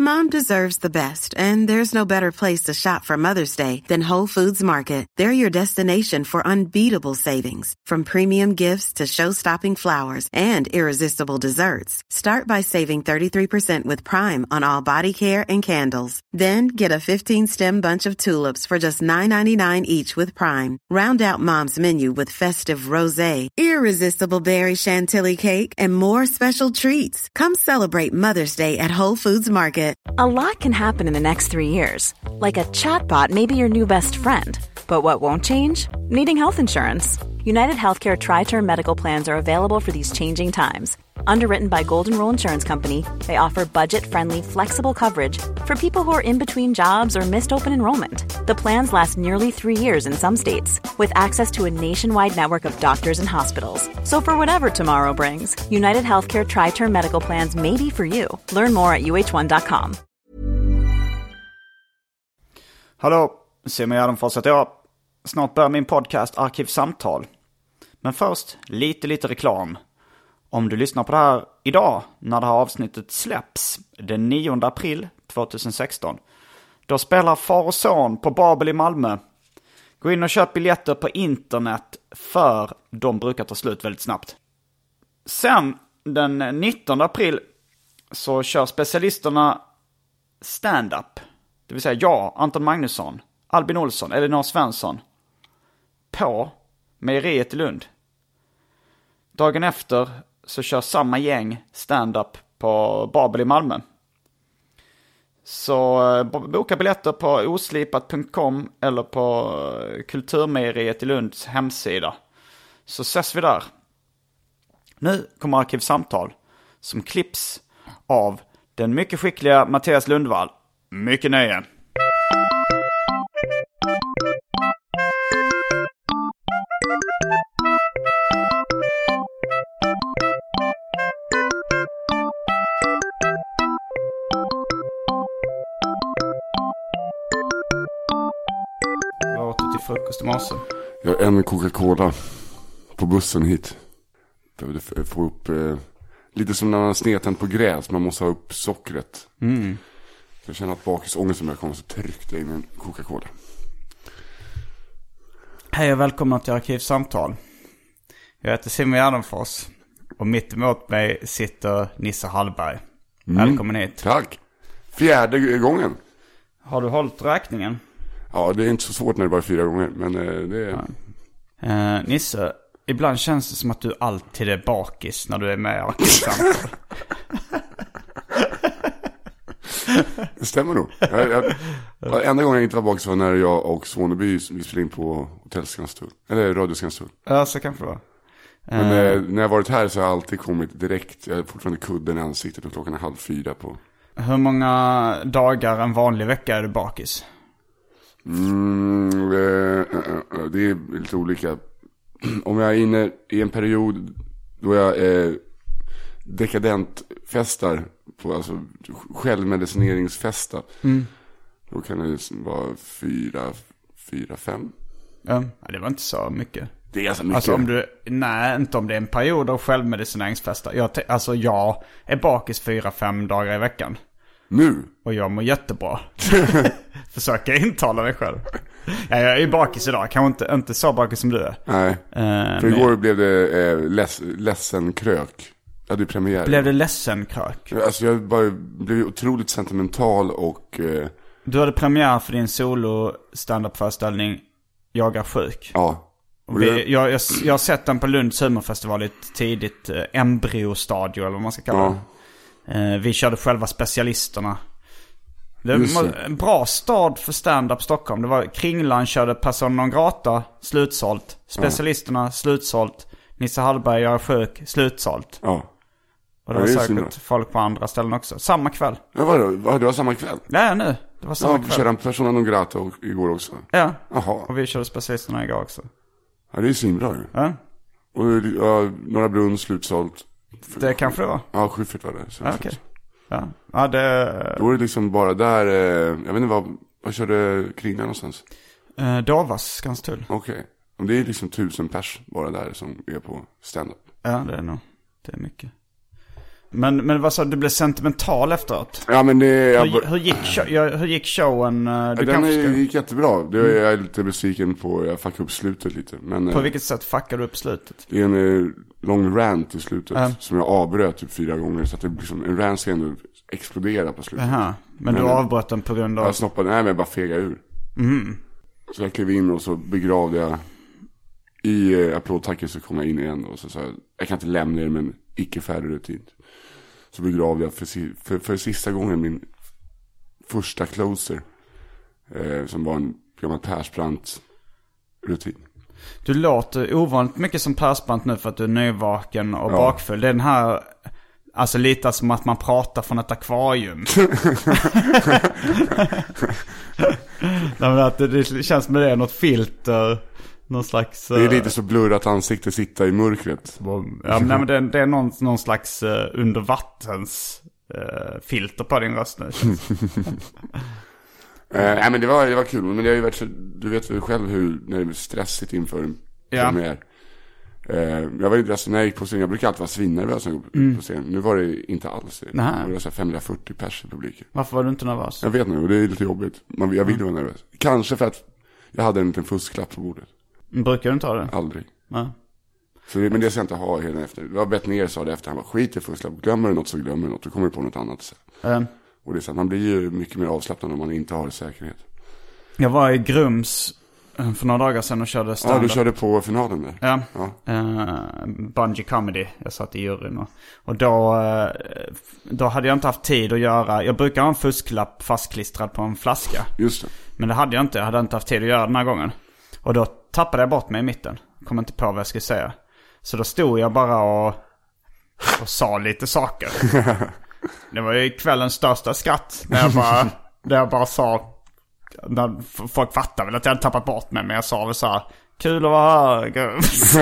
Mom deserves the best, and there's no better place to shop for Mother's Day than Whole Foods Market. They're your destination for unbeatable savings, from premium gifts to show-stopping flowers and irresistible desserts. Start by saving 33% with Prime on all body care and candles. Then get a 15-stem bunch of tulips for just $9.99 each with Prime. Round out Mom's menu with festive rosé, irresistible berry chantilly cake, and more special treats. Come celebrate Mother's Day at Whole Foods Market. A lot can happen in the next 3 years. Like a chatbot may be your new best friend. But what won't change? Needing health insurance. United Healthcare Tri-Term Medical Plans are available for these changing times. Underwritten by Golden Rule Insurance Company, they offer budget-friendly, flexible coverage for people who are in between jobs or missed open enrollment. The plans last nearly 3 years in some states, with access to a nationwide network of doctors and hospitals. So for whatever tomorrow brings, United Healthcare Tri-Term Medical Plans may be for you. Learn more at uh1.com. Hallå, Simon Gärdenfors heter jag. Snart börjar min podcast Arkivsamtal. Men först, lite reklam. Om du lyssnar på det här idag, när det här avsnittet släpps, den 9 april 2016, då spelar Far och Son på Babel i Malmö. Gå in och köp biljetter på internet, för de brukar ta slut väldigt snabbt. Sen, den 19 april, så kör specialisterna stand-up. Det vill säga jag, Anton Magnusson, Albin Olsson, Elinor Svensson, på Mejeriet i Lund. Dagen efter så kör samma gäng stand-up på Babel i Malmö. Så boka biljetter på oslipat.com eller på Kulturmejeriet i Lunds hemsida. Så ses vi där. Nu kommer Arkivsamtal som klipps av den mycket skickliga Mattias Lundvall. Mycket nöje. Vad åt du till frukost i morse? Jag har en Coca-Cola på bussen hit. Behövde få upp lite som när man har snetänt på gräs. Man måste ha upp sockret. Jag känner att bakisångesten börjar komma, så tryckte jag in en Coca-Cola. Hej och välkomna till Arkivsamtal. Jag heter Simon Gärdenfors och mitt emot mig sitter Nisse Hallberg. Välkommen hit. Tack. 4:e gången. Har du hållit räkningen? Ja, det är inte så svårt när det bara är 4 gånger, men det är... Ja. Nisse, ibland känns det som att du alltid är bakis när du är med i Arkivsamtal. Det stämmer nog. Enda gången jag inte var bakis var när jag och Svaneby spelade in på Hotell Skanstull. Eller Radio Skanstull. Ja, så kan det vara. Men när jag varit här så har jag alltid kommit direkt. Jag har fortfarande kudden i ansiktet och klockan är 3:30 på. Hur många dagar en vanlig vecka är du bakis? Det är lite olika. Om jag är inne i en period då jag dekadent festar på, alltså självmedicineringsfesta, då kan det vara 4-5. Ja, det var inte så mycket. Det är ganska mycket. Alltså inte om det är en period av självmedicineringsfesta. Jag är bakis 4-5 dagar i veckan. Nu? Och jag mår jättebra. Försöker intala mig själv. Ja, jag är bakis idag. Kanske inte så bakis som du är. Nej. För igår blev det ledsen krök. Jag hade premiär. Blev det ledsen krök? Alltså jag blev otroligt sentimental och... Du hade premiär för din solo stand-up-föreställning Jag är sjuk. Ja. Jag har sett den på Lunds humorfestival i ett tidigt embryostadium eller vad man ska kalla det. Vi körde själva specialisterna. Det var en bra stad för stand-up Stockholm. Det var Kringlan körde Person non grata, slutsålt. Specialisterna, slutsålt. Nisse Hallberg, Jag är sjuk, slutsålt. Ja. Och det var säkert folk på andra ställen också. Samma kväll. Ja, vadå? Det var samma kväll? Ja, nu. Det var samma kväll. Vi körde Person non grata igår också. Ja. Aha. Och vi körde specialisterna igår också. Ja, det är svinbra ju. Ja. Och Norra Brunn, slutsålt. Det kanske det var. Ja, Schyffert var det. Ja, okej. Ja, det... Då är det liksom bara där, jag vet inte vad körde Kringlan någonstans? Davas, Skanstull. Okej. Och det är liksom 1000 pers bara där som är på stand-up. Ja, det är nog. Det är mycket. Men vad sa du blev sentimental efteråt? Ja, men det... Hur gick showen? Gick jättebra. Jag är lite besviken på... Jag fuckade upp slutet lite. Men, på vilket sätt fuckade du upp slutet? Det är en lång rant i slutet som jag avbröt typ 4 gånger. Så att det liksom, en rant ska ändå explodera på slutet. Men du avbröt den på grund av... Jag snoppade, men jag bara fega ur. Så jag klev in och så begravde jag... I applådtacket så kom jag in igen och så sa jag kan inte lämna er med en icke färdig rutin. Så begravde jag för sista gången min första closer som var en gammal Persbrandt-rutin. Du låter ovanligt mycket som Persbrandt nu för att du är nyvaken och bakfull. Det är den här, alltså lite som att man pratar från ett akvarium. Nej, men att det känns med det något filter. Någon slags... Det är lite så blurrat ansikte sitta i mörkret. Ja, men det är någon slags undervattens filter på din röst nu. Nej, men det var kul. Men det har ju varit så, du vet väl själv hur när det är stressigt inför en premiär. Jag var inte när jag gick på scen. Jag brukar alltid vara svinnervös när jag går på scen. Nu var det inte alls. Det var så 540 pers i publiken. Varför var du inte nervös? Jag vet nu, och det är lite jobbigt. Jag vill vara nervös. Kanske för att jag hade en liten fusklapp på bordet. Brukar du inte ha det? Aldrig. Nej. Men det ska jag inte ha hela efter. Det var Bettner sa det efter. Han var skit i fusklapp. Glömmer du något så glömmer du något. Då kommer du på något annat. Och det är så att man blir ju mycket mer avslappnad om man inte har säkerhet. Jag var i Grums för några dagar sedan och körde stand-up. Ja, du körde på finalen där. Ja. Bungee Comedy. Jag satt i juryn. Och då hade jag inte haft tid att göra... Jag brukar ha en fusklapp fastklistrad på en flaska. Just det. Men det hade jag inte. Jag hade inte haft tid att göra den här gången. Och då tappade jag bort mig i mitten. Kom inte på vad jag skulle säga. Så då stod jag bara och sa lite saker. Det var ju kvällens största skratt. När jag bara sa... När folk fattade väl att jag hade tappat bort mig. Men jag sa väl så här: kul att vara här.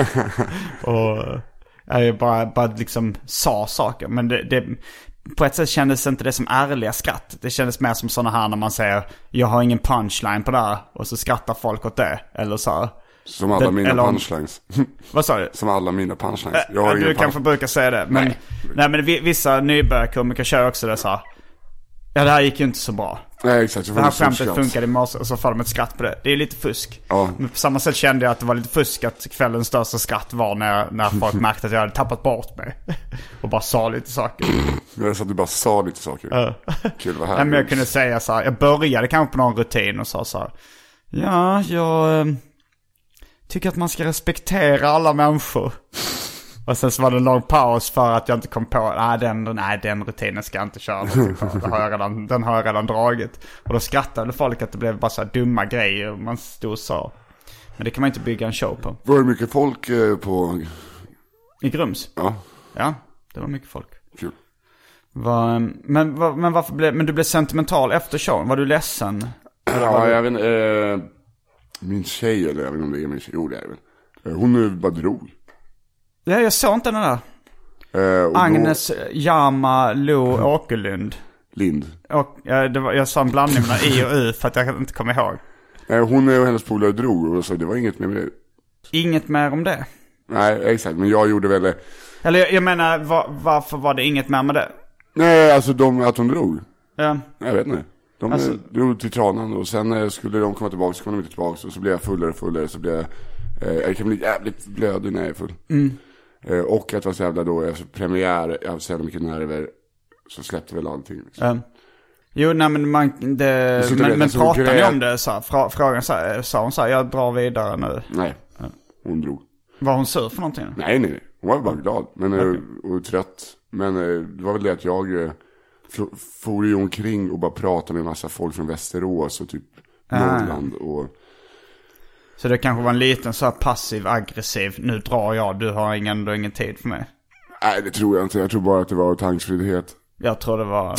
Och jag bara liksom sa saker. Men det på ett sätt kändes inte det som ärliga skratt. Det kändes mer som såna här när man säger jag har ingen punchline på det här. Och så skrattar folk åt det. Eller så här. Som alla mina punchlines. Vad sa du? Som alla mina punchlines. Du kanske brukar säga det. Men, nej, men vissa nybörjarkomiker kör också det så här. Ja, det här gick ju inte så bra. Nej, exakt. Det här skämtet funkade i morse och så får de ett skratt på det. Det är lite fusk. Ja. Men på samma sätt kände jag att det var lite fusk att kvällens största skratt var när folk märkte att jag hade tappat bort mig. Och bara sa lite saker. Jag sa att du bara sa lite saker. Kul, vad här. Nej, men jag kunde säga så här. Jag började kanske på någon rutin och sa så här. Ja, jag tycker att man ska respektera alla människor. Och sen så var det en lång paus för att jag inte kom på den rutinen ska jag inte köra. Den har jag redan dragit. Och då skrattade folk att det blev bara så här dumma grejer man stod och sa. Men det kan man inte bygga en show på. Var det mycket folk på... I Grums? Ja, det var mycket folk. Kul. Men varför men du blev sentimental efter showen? Var du ledsen? Ja, jag vet inte. Min tjej, eller jag vet inte om det är min tjej. Jo, det är väl. Hon bara drog. Ja, jag såg inte den där. Agnes Jama Lo Åkerlund. Lind. Och, jag sa en blandning mellan I och U för att jag inte kommer ihåg. Hon och hennes polare drog och så det var inget mer med det. Inget mer om det? Nej, exakt. Men jag gjorde väl... Eller jag menar, varför var det inget mer med det? Nej, alltså att hon drog. Ja. Jag vet inte. De drog till Tranan och sen skulle de komma tillbaka, så kom de inte tillbaka. Och så blev jag fullare, så blev jag kan bli jävligt blödig när jag är full. Och att det var så jävla då, efter premiär, jag hade så jävla mycket nerver, så släppte väl allting liksom. Jo, nej men men pratade ni om det så här, frågan så här, sa hon så här, jag drar vidare nu? Nej, hon drog. Var hon sur för någonting? Nej, hon var bara glad, men och trött. Men det var väl det att jag for ju omkring och bara pratade med en massa folk från Västerås och typ Norrland och... Så det kanske var en liten så här passiv-aggressiv, nu drar jag, du har ingen tid för mig. Nej, det tror jag inte. Jag tror bara att det var tankfrihet. Jag tror det var...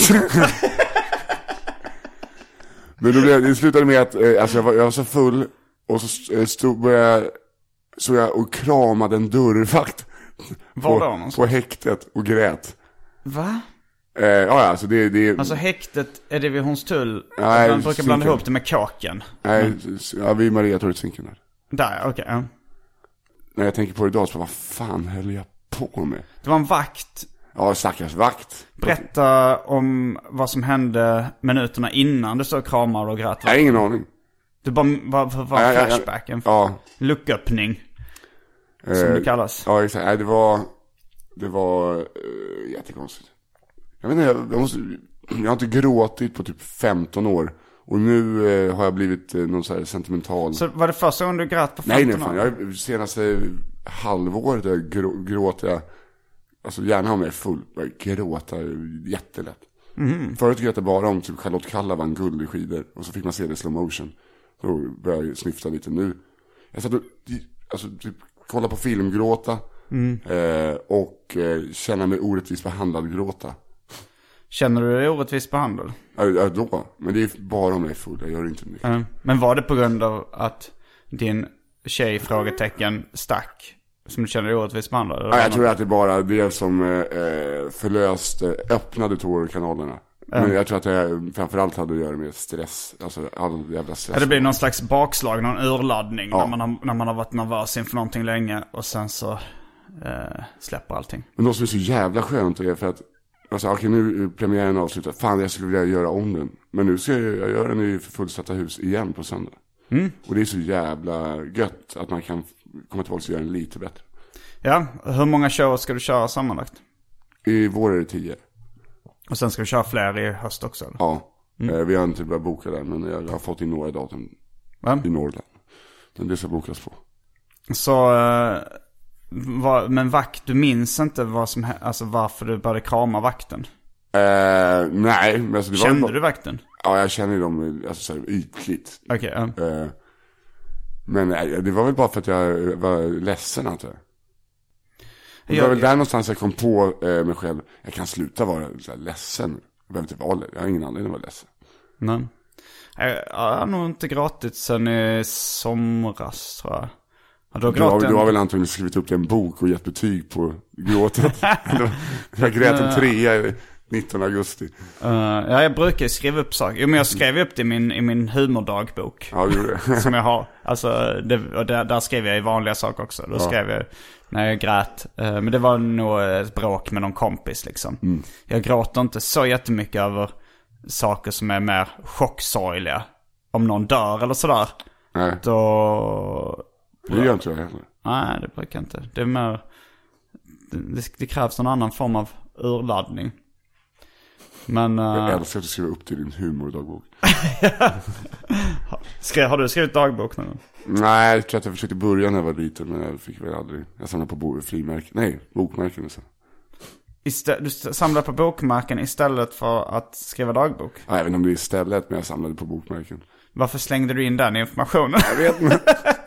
Men det slutade med att alltså jag var så full och så så jag och kramade en dörrvakt på häktet och grät. Va? Ja, alltså det... Alltså häktet, är det vid Hornstull? Nej, man brukar blanda ihop det med Kåken. Nej, ja, vid Mariatorgssinken där. Där, okej. När jag tänker på det idag så vad fan höll jag på med? Det var en vakt Ja, stackars vakt. Berätta om vad som hände minuterna innan du stod och kramade och grät. Jag har ingen aning. Du bara var flashbacken. Ja. Lucköppning. Som det kallas. Ja, exakt. Nej, det var jättekonstigt. Jag vet inte, jag har inte gråtit på typ 15 år. Och nu har jag blivit någon så här sentimental. Så var det första gången du grät på 15 år? Nej, fan. Jag senaste halvåret gråter jag. Alltså gärna ha mig full. Jag gråter jättelätt. Förut grät jag bara om typ Charlotte Kalla vann guld i skidor. Och så fick man se det i slow motion. Då började jag snyfta lite nu. Jag satt och typ, kolla på film, gråta. Och känna mig orättvist behandlad, gråta. Känner du dig orättvist behandlad? Ja, då. Men det är bara om jag är full. Jag gör inte mycket. Men var det på grund av att din tjej frågetecken stack som du känner dig orättvist behandlad? Ja, jag tror att det är bara det som öppnade tårkanalerna. Men jag tror att det framförallt hade att göra med stress. Alltså all jävla stress. Det blir någon slags bakslag, någon urladdning. Ja. När man har varit nervös inför någonting länge. Och sen så släpper allting. Men det som är så jävla skönt är för att alltså, okej, nu är premiären avslutad. Fan, jag skulle vilja göra om den. Men nu ska jag göra den i fullsatta hus igen på söndag. Och det är så jävla gött att man kan komma tillbaka och göra den lite bättre. Ja, hur många shows ska du köra sammanlagt? I vår är det 10. Och sen ska du köra fler i höst också? Eller? Ja, vi har inte börjat boka där. Men jag har fått in några datum i Norrland. Men det ska bokas på. Så, men vakt, du minns inte vad som alltså varför du började krama vakten? Nej, men alltså, kände du vakten? Ja, jag känner dem alltså, så här, ytligt. Okej. Men det var väl bara för att jag var ledsen att det var väl där någonstans jag kom på mig själv. Jag kan sluta vara så här ledsen. Jag behöver inte vara ledsen. Jag har ingen anledning att vara ledsen. Nej. Jag har nog inte gråtit sen i somras, tror jag. Du har väl antagligen skrivit upp en bok och gett betyg på gråtet. Jag grät en 3 19 augusti. Ja, jag brukar skriva upp saker. Men jag skrev upp det i min humordagbok. Ja, det gjorde det. Som jag har. Alltså, där skrev jag i vanliga saker också. Då skrev jag när jag grät. Men det var nog ett bråk med någon kompis liksom. Jag gråter inte så jättemycket över saker som är mer chocksorgliga. Om någon dör eller sådär. Nej. Då... Det gör inte jag heller. Nej, det brukar inte. Det är mer... Det krävs en annan form av urladdning. Men... Jag älskar att du skriver upp till din humordagbok. Har du skrivit dagbok någon gång? Nej, jag tror att jag försökte börja när jag var liten. Men jag fick väl aldrig. Jag samlade på bokmärken och så. Du samlade på bokmärken istället för att skriva dagbok? Ja, även om det är istället, men jag samlade på bokmärken. Varför slängde du in den informationen? Jag vet inte.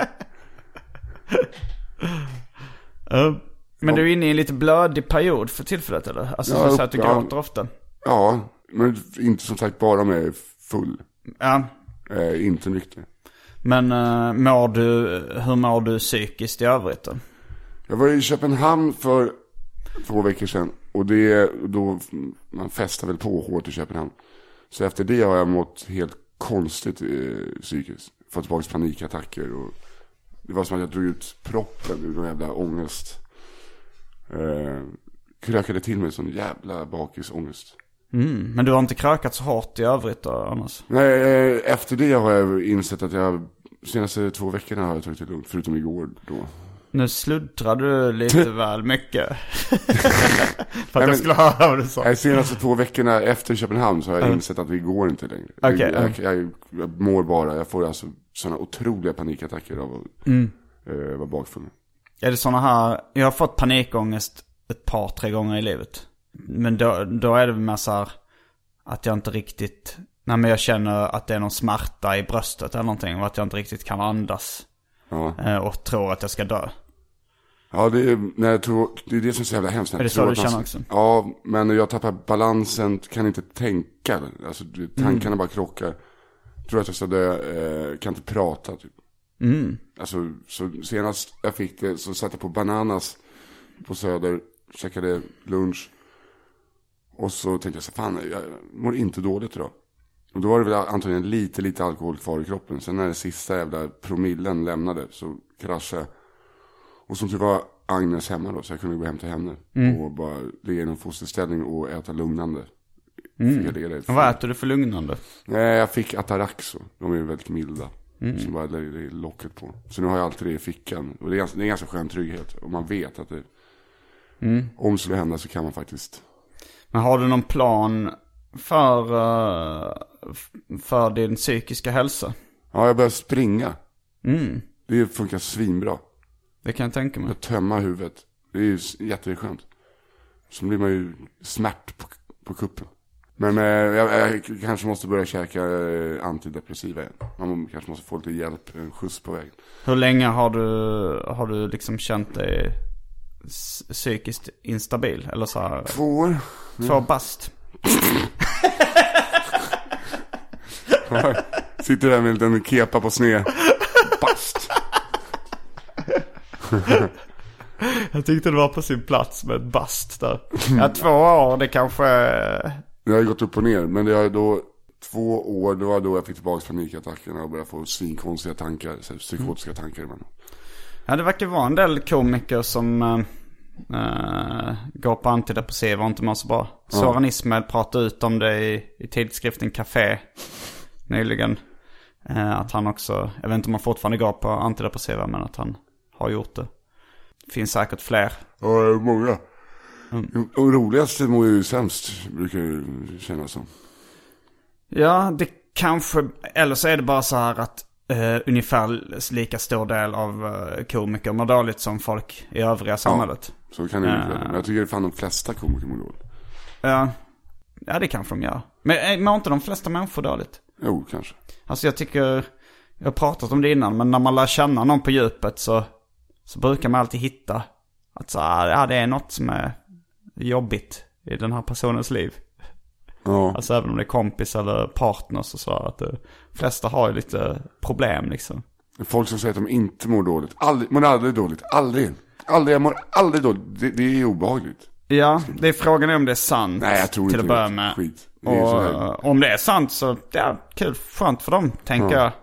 Men du är inne i en lite blödig period för tillfället, eller? Alltså så att du gråter ofta. Ja, men inte som sagt bara med full. Ja. Inte nykter. Men hur mår du psykiskt i övrigt då? Jag var i Köpenhamn för 2 veckor sedan. Och då man festar väl på hårt i Köpenhamn. Så efter det har jag mått helt konstigt psykiskt. Fått tillbaka panikattacker och det var som att jag drog ut proppen ur någon jävla ångest. Krökade till mig sån jävla bakisångest. Men du har inte krökat så hårt i övrigt då, annars? Nej, efter det har jag insett att senaste 2 veckorna har jag tagit det lugnt, förutom igår då. Nu sluddrar du lite väl mycket. För att jag skulle höra vad du sa. De senaste 2 veckorna efter Köpenhamn så har jag insett att det går inte längre. Jag mår bara, jag får alltså sådana otroliga panikattacker av att vara bakfull. Är det sådana här, jag har fått panikångest ett par, 3 gånger i livet. Men då är det mer så här att jag inte riktigt, men jag känner att det är någon smärta i bröstet eller någonting. Och att jag inte riktigt kan andas. Och tror att jag ska dö. Ja, det är det som är så jävla hemskt. Är det så du känner också? Ja, men jag tappar balansen, kan inte tänka. Alltså tankarna bara krockar. Tror att jag ska dö, kan inte prata typ. Alltså, så senast jag fick det så satt jag på Bananas på Söder, käkade lunch. Och så tänkte jag så fan, jag mår inte dåligt idag. Och då var det väl antagligen lite alkohol kvar i kroppen. Sen när det sista jävla promillen lämnade så kraschade jag. Och som typ var Agnes hemma då, så jag kunde gå hem till henne. Och bara ligga i någon fosterställning och äta lugnande. Vad äter du för lugnande? Nej, jag fick Ataraxo. De är väldigt milda. Så bara lägger locket på. Så nu har jag alltid det i fickan. Och det är en ganska skön trygghet. Och man vet att det om skulle hända så kan man faktiskt. Men har du någon plan för din psykiska hälsa? Ja, jag börjar springa. Det funkar svinbra. Det kan jag tänka mig. Att tömma huvudet. Det är ju jätteskönt. Så blir man ju smärt på kuppen. Men jag kanske måste börja käka antidepressiva igen. Man kanske måste få lite hjälp, en skjuts på vägen. Hur länge har du liksom känt dig psykiskt instabil? Eller så här, 2 år. 2 bast. Sitter där med en liten kepa på sned. Bast. Jag tyckte det var på sin plats med ett bast där. Ja, 2 år, det kanske... Jag har gått upp och ner, men det är då 2 år, det var då jag fick tillbaka panikattackerna och började få svinkonstiga tankar, psykotiska tankar ibland. Ja, det verkar vara en del komiker som går på antidepressiva och inte mår så bra. Soran Ismail pratade ut om det i tidskriften Café nyligen. Att han också, jag vet inte om han fortfarande går på antidepressiva, men att han har gjort det. Finns säkert fler. Ja, många. Och roligaste mår ju sämst, brukar ju kännas som. Ja, det kanske, eller så är det bara så här att ungefär lika stor del av komiker mår dåligt som folk i övriga samhället. Ja, så kan det ju men jag tycker det fan de flesta komiker mår dåligt. Ja, det kanske de gör. Men mår inte de flesta människor dåligt? Jo, kanske. Alltså jag tycker, jag har pratat om det innan, men när man lär känna någon på djupet så brukar man alltid hitta att så, det är något som är jobbigt i den här personens liv. Ja. Alltså även om det är kompis eller partners och så, att de flesta har ju lite problem liksom. Folk som säger att de inte mår dåligt. Mår aldrig dåligt. Aldrig. Jag mår aldrig dåligt. Det är obehagligt. Ja, det är frågan om det är sant. Nej, jag tror till inte att börja med. Skit. Och om det är sant så kul, skönt för dem, tänker jag.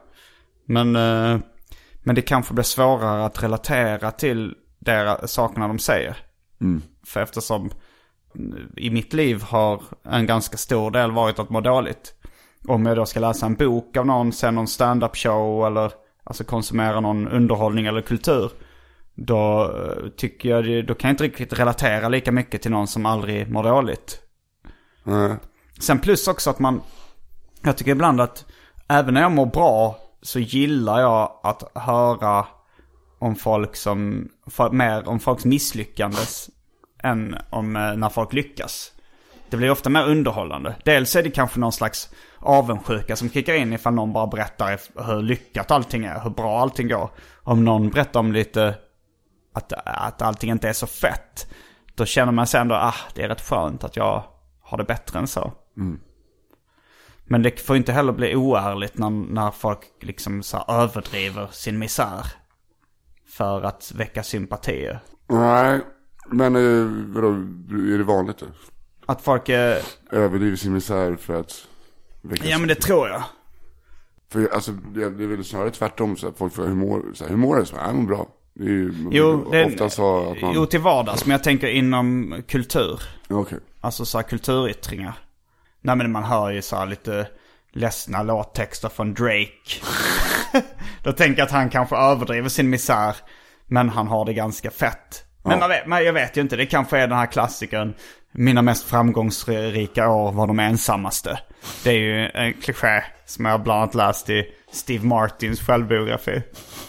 Men det kanske blir svårare att relatera till sakerna de säger. För eftersom i mitt liv har en ganska stor del varit att må dåligt. Om jag då ska läsa en bok av någon, se någon stand-up show eller alltså konsumera någon underhållning eller kultur, då tycker jag då kan jag inte riktigt relatera lika mycket till någon som aldrig mår dåligt. Sen plus också att jag tycker ibland att även när jag mår bra så gillar jag att höra om mer om folks misslyckandes än om när folk lyckas. Det blir ofta mer underhållande. Dels är det kanske någon slags avundsjuka som kickar in ifall någon bara berättar hur lyckat allting är, hur bra allting går. Om någon berättar om lite att allting inte är så fett, då känner man sig ändå det är rätt skönt att jag har det bättre än så. Men det får inte heller bli oärligt när folk liksom så överdriver sin misär för att väcka sympatier. Nej, men vadå, är det vanligt då? Att folk överdriver sin misär för att väcka. Ja, men det tror jag. För alltså, det är väl snarare tvärtom, så att folk frågar hur mår det? Så här, mår bra. Det är ju ofta så att man... Jo, till vardags, men jag tänker inom kultur. Okay. Alltså så här kulturyttringar. Nej, men man hör ju så här lite ledsna låttexter från Drake. Då tänker jag att han kanske överdriver sin misär, men han har det ganska fett. Men jag vet ju inte, det kanske är den här klassikern. Mina mest framgångsrika år var de ensammaste. Det är ju en kliché som jag bland annat läst i Steve Martins självbiografi.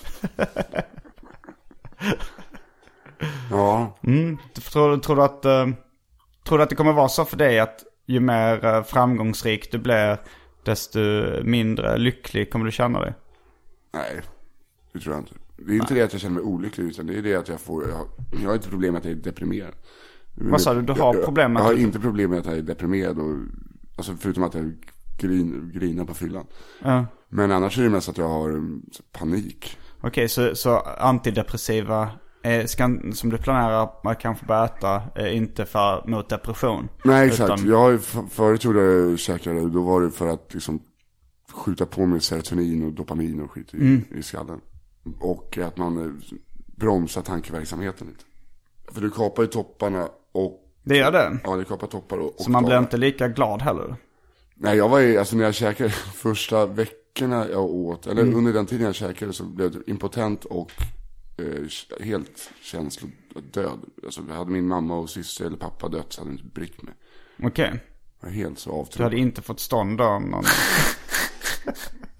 Ja. Tror du att det kommer vara så för dig att ju mer framgångsrik du blir, desto mindre lycklig kommer du känna dig? Nej, det tror jag inte. Det är inte det att jag känner mig olycklig, utan det är det att jag har inte problem med att jag är deprimerad. Vad sa du? Du har problem med jag har inte problem med att jag är deprimerad och, alltså förutom att jag grinar på fyllan. Men annars är det mest att jag har panik. Okej, så antidepressiva som du planerar att kanske börja äta inte mot depression? Nej, exakt. Jag har förut gjorde jag käkade, då var det för att liksom skjuta på med serotonin och dopamin och skit i skallen. Och att man bromsar tankeverksamheten lite. För du kapar ju topparna och... Det gör det? Ja, det kapar toppar och så man blir dalar. inte lika glad heller? Nej, jag var ju, alltså när jag käkade första veckorna jag åt, eller under den tiden jag käkade så blev jag impotent och helt känslodöd. Alltså hade min mamma och syster eller pappa dött så hade jag inte brytt mig. Okej. Jag var helt så avtrubbad. Du hade inte fått stånd då? Nej,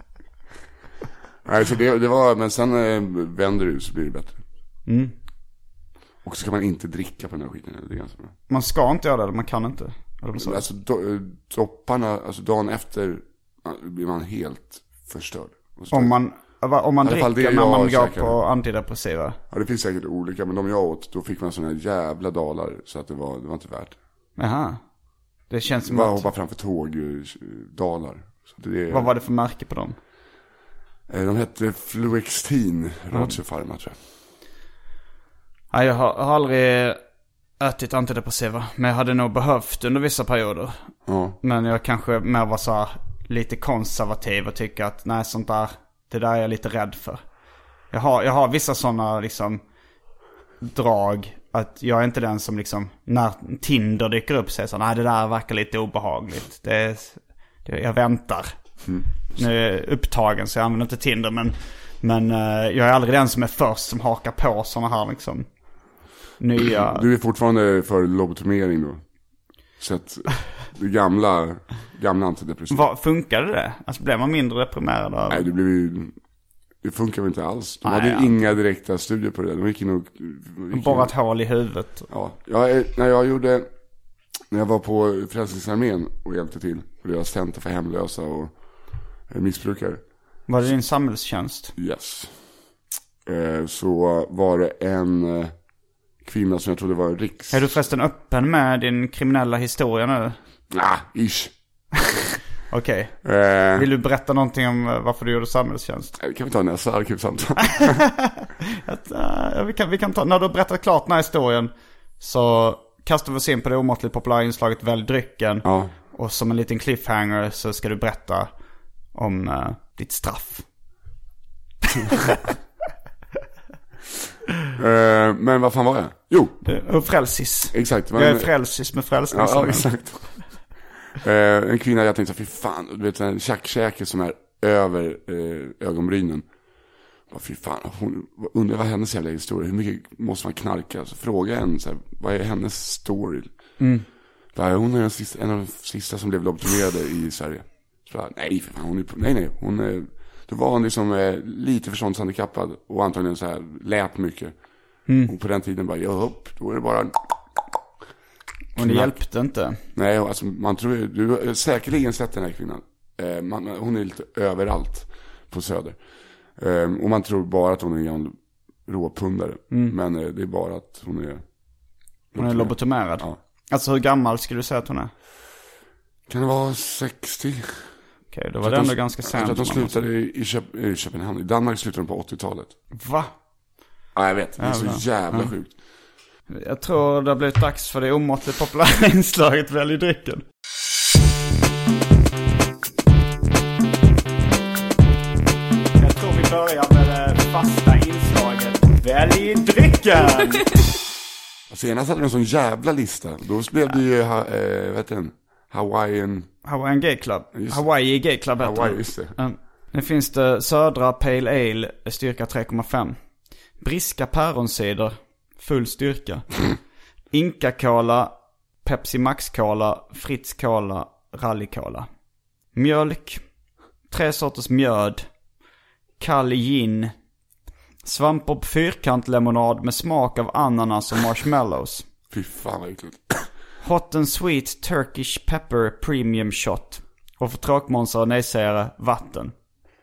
så det var, men sen vänder du så blir det bättre. Och så ska man inte dricka på den här skiten. Det är ganska bra. Man ska inte göra det, eller man kan inte. Alltså dropparna, alltså dagen efter blir man helt förstörd. Om man dricker när man går på antidepressiva. Ja, det finns säkert olika, men de jag åt, då fick man såna här jävla dalar. Så att det var inte värt. Jaha. Det känns som bara hoppa framför tåg, dalar. Så vad var det för märke på dem? De hette Fluextin, Ratio Pharma, tror jag. Nej, jag har aldrig ätit antidepressiva. Men jag hade nog behövt under vissa perioder. Ja. Men jag kanske mer var så här lite konservativ och tycker att nej, sånt där, det där är jag lite rädd för. Jag har vissa sådana liksom drag. Att jag är inte den som liksom, när Tinder dyker upp, säger så nej, det där verkar lite obehagligt. Jag väntar. Nu är jag upptagen så jag använder inte Tinder, men jag är aldrig den som är först som hakar på sådana här liksom nya... Du är fortfarande för lobotomering då? Så att det gamla antidepressiva. Funkade det? Alltså blev man mindre deprimerad av... Nej, det funkar väl inte alls. De hade inga direkta studier på det där. De gick in och... Bara ett hål i huvudet. Ja, när jag var på Frälsningsarmén och hjälpte till och deras center för hemlösa och missbrukare. Var det din samhällstjänst? Yes. Så var det en kvinna som jag trodde var riks... Är du förresten öppen med din kriminella historia nu? Ish. Okej. Vill du berätta någonting om varför du gjorde samhällstjänst? Kan vi ta nästa arkivsamtal? vi kan ta, när du har berättat klart den här historien så kastar vi oss in på det omåttligt populära inslaget Välj drycken. Ja. Och som en liten cliffhanger så ska du berätta om ditt straff. Men vad fan var jag? Jo. Frälsis. Exakt. Jag är frälsis med frälsning. Ja, exakt. En kvinna, jag tänkte, fy fan, du vet en tjackkäke som är över ögonbrynen. Fy fan, hon undrar vad hennes jävla historia, hur mycket måste man knarka? Så fråga en så här, vad är hennes story? Hon är en av de sista som blev lobotomerade i Sverige. Så nej, för fan, då var hon liksom lite förståndshandikappad och antagligen så här lät mycket. Och på den tiden bara, då är det bara... Och det hjälpte inte. Nej, alltså man tror du har säkerligen sett den här kvinnan. Hon är lite överallt på Söder. Och man tror bara att hon är en gammal råpundare. Men det är bara att hon är... Hon är lobotomerad? Ja. Alltså hur gammal skulle du säga att hon är? Kan det vara 60? Okej, då var det ändå ganska sent. Jag tror att de slutade i Köpenhamn. I Danmark slutade de på 80-talet. Va? Ja, jag vet. Det är så jävla sjukt. Jag tror det har blivit dags för det omåttligt populära inslaget Välj drycken. Jag tror vi börjar med det fasta inslaget Välj drycken. Senast hade de en sån jävla lista. Då blev det ju, vad heter den? Hawaiian Gay Club. Hawaii Gay Club heter Hawaii, just det. Nu finns det Södra Pale Ale, styrka 3,5. Briska päronsider, full styrka. Inka Cola, Pepsi Max Cola, Fritz Cola, Rally Cola. Mjölk, 3 sorters mjöd, kall gin, Svampbob fyrkantlemonad med smak av ananas och marshmallows. Fy fan vad äckligt. Hot and sweet Turkish pepper premium shot. Och för tråkmånsar och nejsägare, vatten.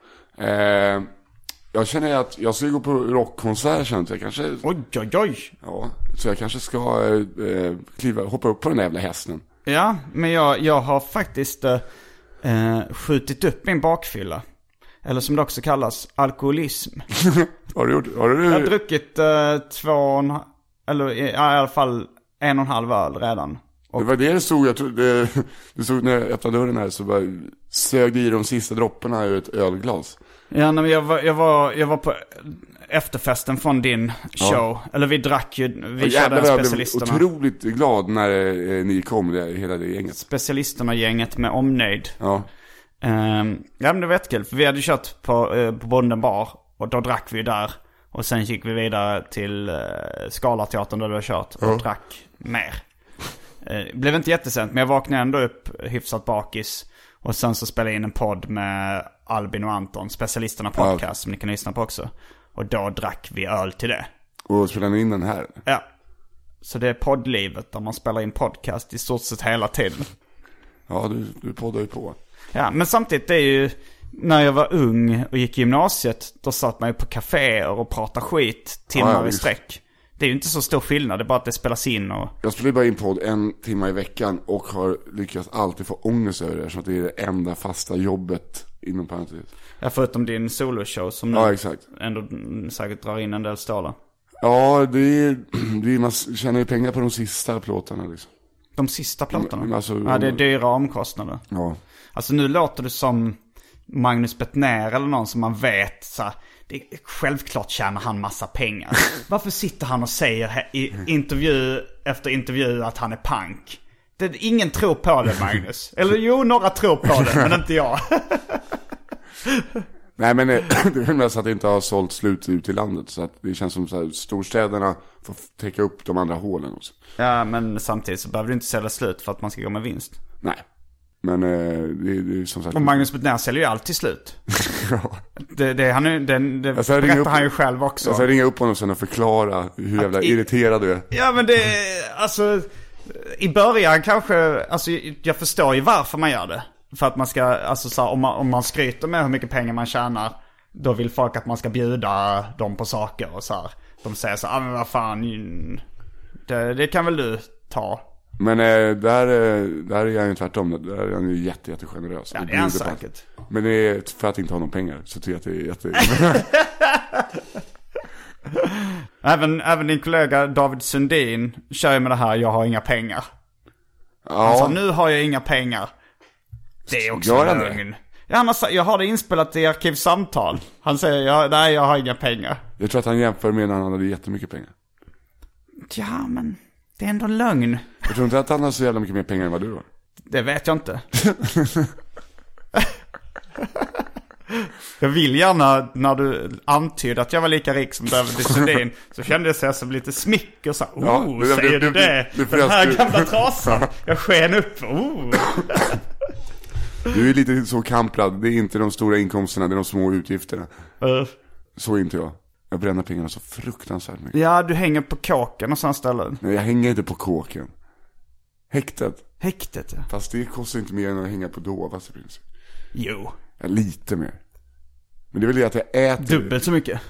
Jag känner att jag ska gå på rockkonsert, känner jag kanske... Oj. Ja, så jag kanske ska hoppa upp på den där jävla hästen. Ja, men jag har faktiskt skjutit upp min bakfylla. Eller som det också kallas, alkoholism. Har du gjort? Jag har druckit 2,5, eller i alla fall 1,5 öl redan. Det var det stod, jag tror det stod när jag öppnade dörren här, så bara sög i de sista dropparna ur ett ölglas. Ja, men jag var på efterfesten från din show. Eller vi drack ju, vi körde specialisterna. Jag blev otroligt glad när ni kom, hela det gänget. Specialisterna-gänget med omnöjd. Ja. Ja, men det var jättekul. För vi hade kört på Bonden bar. Och då drack vi där. Och sen gick vi vidare till Skalateatern där du har kört. Och drack mer. Blev inte jättesent, men jag vaknade ändå upp hyfsat bakis. Och sen så spelade jag in en podd med Albin och Anton, Specialisterna podcast, som ni kan lyssna på också. Och då drack vi öl till det. Och spelade ni in den här? Ja. Så det är poddlivet där man spelar in podcast i stort sett hela tiden. Ja, du poddar ju på. Ja, men samtidigt det är ju, när jag var ung och gick i gymnasiet, då satt man ju på kaféer och pratade skit timmar i sträck. Det är ju inte så stor skillnad, det är bara att det spelas in och... Jag spelar bara in podd 1 timme i veckan och har lyckats alltid få ångest över det, så att det är det enda fasta jobbet inom parentes. Ja, förutom din soloshow som nu exakt. Ändå säkert drar in en del stålar. Ja, man tjänar ju pengar på de sista plåtarna liksom. De sista plåtarna? Alltså, ja, det är dyra omkostnader. Ja. Alltså nu låter du som Magnus Bettner eller någon som man vet så här, självklart tjänar han massa pengar. Varför sitter han och säger i intervju efter intervju att han är punk? Ingen tror på det, Magnus. Eller jo, några tror på det, men inte jag. Nej, men det är mest att det inte har sålt slut ut i landet. Så att det känns som så här, storstäderna får täcka upp de andra hålen också. Ja, men samtidigt så behöver du inte sälja slut för att man ska gå med vinst. Nej. Men det är som sagt... Och Magnus Bettner säljer ju alltid slut. Ja. Det berättar han ju själv också. Jag ska ringa upp honom sen och förklara hur jävla irriterad du är. Ja, men det alltså... I början kanske... Alltså, jag förstår ju varför man gör det. För att man ska... Alltså, så här, om man skryter med hur mycket pengar man tjänar, då vill folk att man ska bjuda dem på saker och så här. De säger så här, men vad fan... Det kan väl du ta... Men där är jag ju tvärtom. Där är han ju jättegenerös. Ja, det är han säkert. Men det är för att inte ha någon pengar. Så tycker jag att det är även din kollega David Sundin kör ju med det här, jag har inga pengar. Ja. Han sa, nu har jag inga pengar. Det är också en lögn. Ja, han har sagt, jag har det inspelat i Arkivsamtal. Han säger, nej, jag har inga pengar. Jag tror att han jämför med när han hade jättemycket pengar. Ja, men... Det är ändå en lögn. Jag tror inte att han har så jävla mycket mer pengar än vad du har. Det vet jag inte. Jag vill gärna, när du antydde att jag var lika rik som David Sundin, så kände jag sig som lite smick och så. Säger du det? Den här gamla trasan. Jag sken upp. Du är lite så kamprad. Det är inte de stora inkomsterna, det är de små utgifterna. Så är inte jag. Jag bränner pengarna så fruktansvärt mycket. Ja, du hänger på kåken och sådana ställen. Nej, jag hänger inte på kåken. Häktet, ja. Fast det kostar inte mer än att hänga på Dovas i princip. Jo. Ja, lite mer. Men det är väl det att jag äter... Dubbelt så mycket.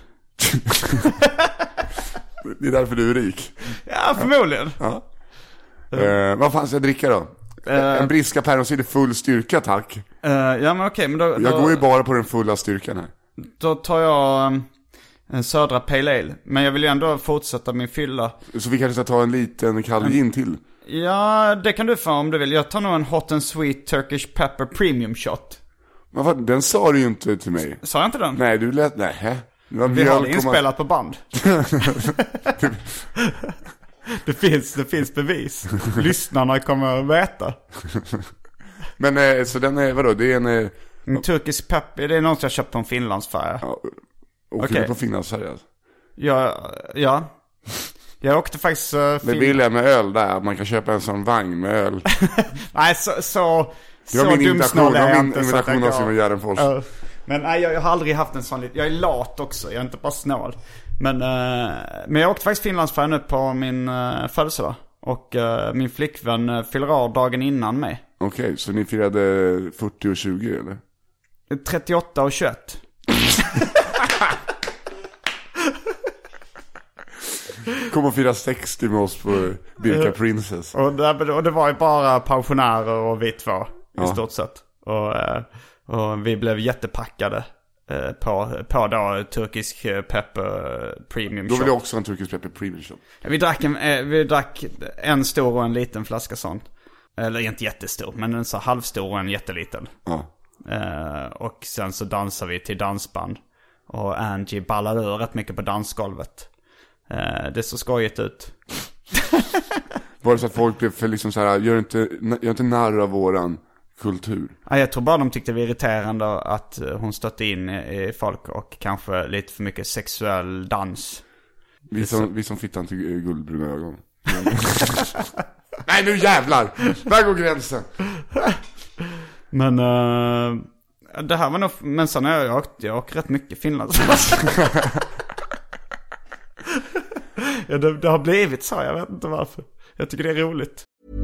Det är därför du är rik. Ja, förmodligen. Ja. Vad fan ska jag dricka då? En briska päronsider full styrka, tack. Ja, men okej. Men då, jag går ju bara på den fulla styrkan här. Då tar jag... en södra pale ale. Men jag vill ju ändå fortsätta min fylla. Så vi kanske ska ta en liten kall gin till? Ja, det kan du få om du vill. Jag tar nog en hot and sweet Turkish pepper premium shot. Men den sa du ju inte till mig. Sa jag inte den? Nej, du lät... Nej. Vi har det inspelat på band. det finns bevis. Lyssnarna kommer att veta. Men så den är, vadå? Det är en turkisk pepper, det är något jag köpt på en Finlandsfärja. Ja. Åker du på Finlandsfärja? Ja. Jag åkte faktiskt... Det vill jag med öl där. Man kan köpa en sån vagn med öl. Nej, så min invitation av Simon Gärdenfors. Men nej, jag har aldrig haft en sån. Jag är lat också, jag är inte bara snål. Men jag åkte faktiskt Finlandsfärja nu på min födelsedag. Och min flickvän fyller av dagen innan mig. Okej, så ni firade 40 och 20 eller? 38 och 21. Kom och fira 60 med oss på Birka Princess. Och det var ju bara pensionärer och vi två i stort sett. Och vi blev jättepackade på då turkisk pepper premium shot. Då vill jag också en turkisk pepper premium shot. Vi drack en stor och en liten flaska sånt. Eller inte jättestor, men en så halvstor och en jätteliten. Ja. Och sen så dansar vi till dansband. Och Angie ballade ur rätt mycket på dansgolvet. Det såg skojigt ut. Var det så att folk blev för liksom så här, gör inte narr av våran kultur? Ja, jag tror bara de tyckte det var irriterande att hon stött in i folk och kanske lite för mycket sexuell dans. Vi som fittan till guldbruna ögon. Nej, nu jävlar! Där går gränsen. Men det här var nog... Men sen har jag åkt rätt mycket Finland. Ja, det har blivit så, jag vet inte varför. Jag tycker det är roligt.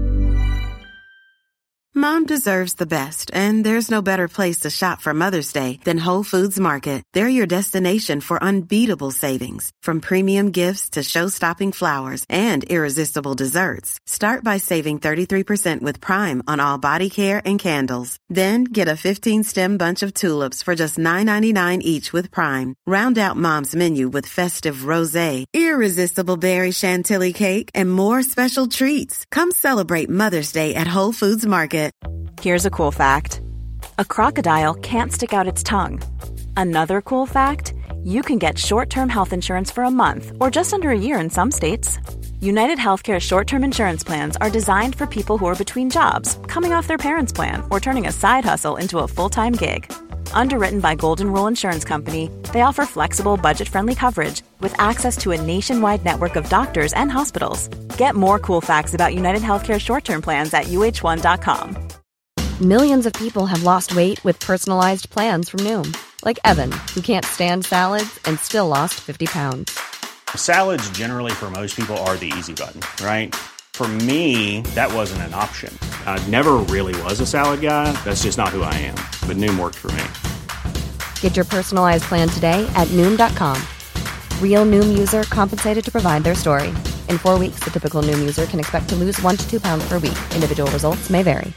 Mom deserves the best, and there's no better place to shop for Mother's Day than Whole Foods Market. They're your destination for unbeatable savings, from premium gifts to show-stopping flowers and irresistible desserts. Start by saving 33% with Prime on all body care and candles. Then get a 15-stem bunch of tulips for just $9.99 each with Prime. Round out Mom's menu with festive rosé, irresistible berry chantilly cake, and more special treats. Come celebrate Mother's Day at Whole Foods Market. Here's a cool fact. A crocodile can't stick out its tongue. Another cool fact, you can get short-term health insurance for a month or just under a year in some states. United Healthcare short-term insurance plans are designed for people who are between jobs, coming off their parents' plan, or turning a side hustle into a full-time gig. Underwritten by Golden Rule Insurance Company, they offer flexible, budget-friendly coverage with access to a nationwide network of doctors and hospitals. Get more cool facts about United Healthcare short-term plans at uh1.com. Millions of people have lost weight with personalized plans from Noom. Like Evan, who can't stand salads and still lost 50 pounds. Salads generally for most people are the easy button, right? For me, that wasn't an option. I never really was a salad guy. That's just not who I am. But Noom worked for me. Get your personalized plan today at Noom.com. Real Noom user compensated to provide their story. In 4 weeks, the typical Noom user can expect to lose 1 to 2 pounds per week. Individual results may vary.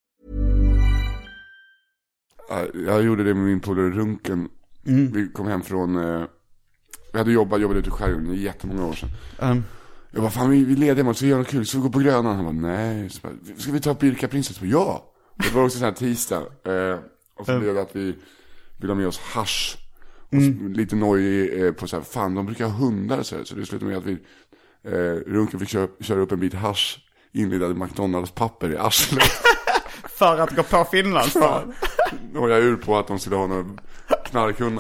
Jag gjorde det med min polare Runken. Vi kom hem från... vi hade jobbade ute i skärgården i jättemånga år sedan. Jag bara, fan vi leder hemma, så vi gör något kul, så vi går på Grönan. Han bara, nej. Så bara, ska vi ta Birka Princess? Ja! Det var också sån här tisdag. Och så blev det att vi ville ha med oss hasch. Och så, lite nojig på så här, fan de brukar ha hundar så det slutade med att vi Runken fick köra upp en bit hasch inledade McDonalds papper i arslet. För att gå på Finland. Och jag ur på att de skulle ha några knarkhundar.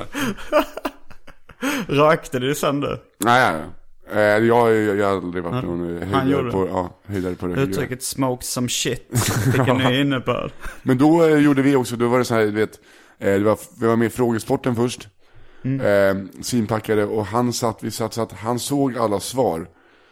Rökte du sen du? Nej. Jag har aldrig varit någon höjdare på det. Uttrycket smoke some shit fick en ny innebörd. Men då gjorde vi också, då var det så här, du vet, vi var med i Frågesporten först. Sinpackade och han satt så att han såg alla svar.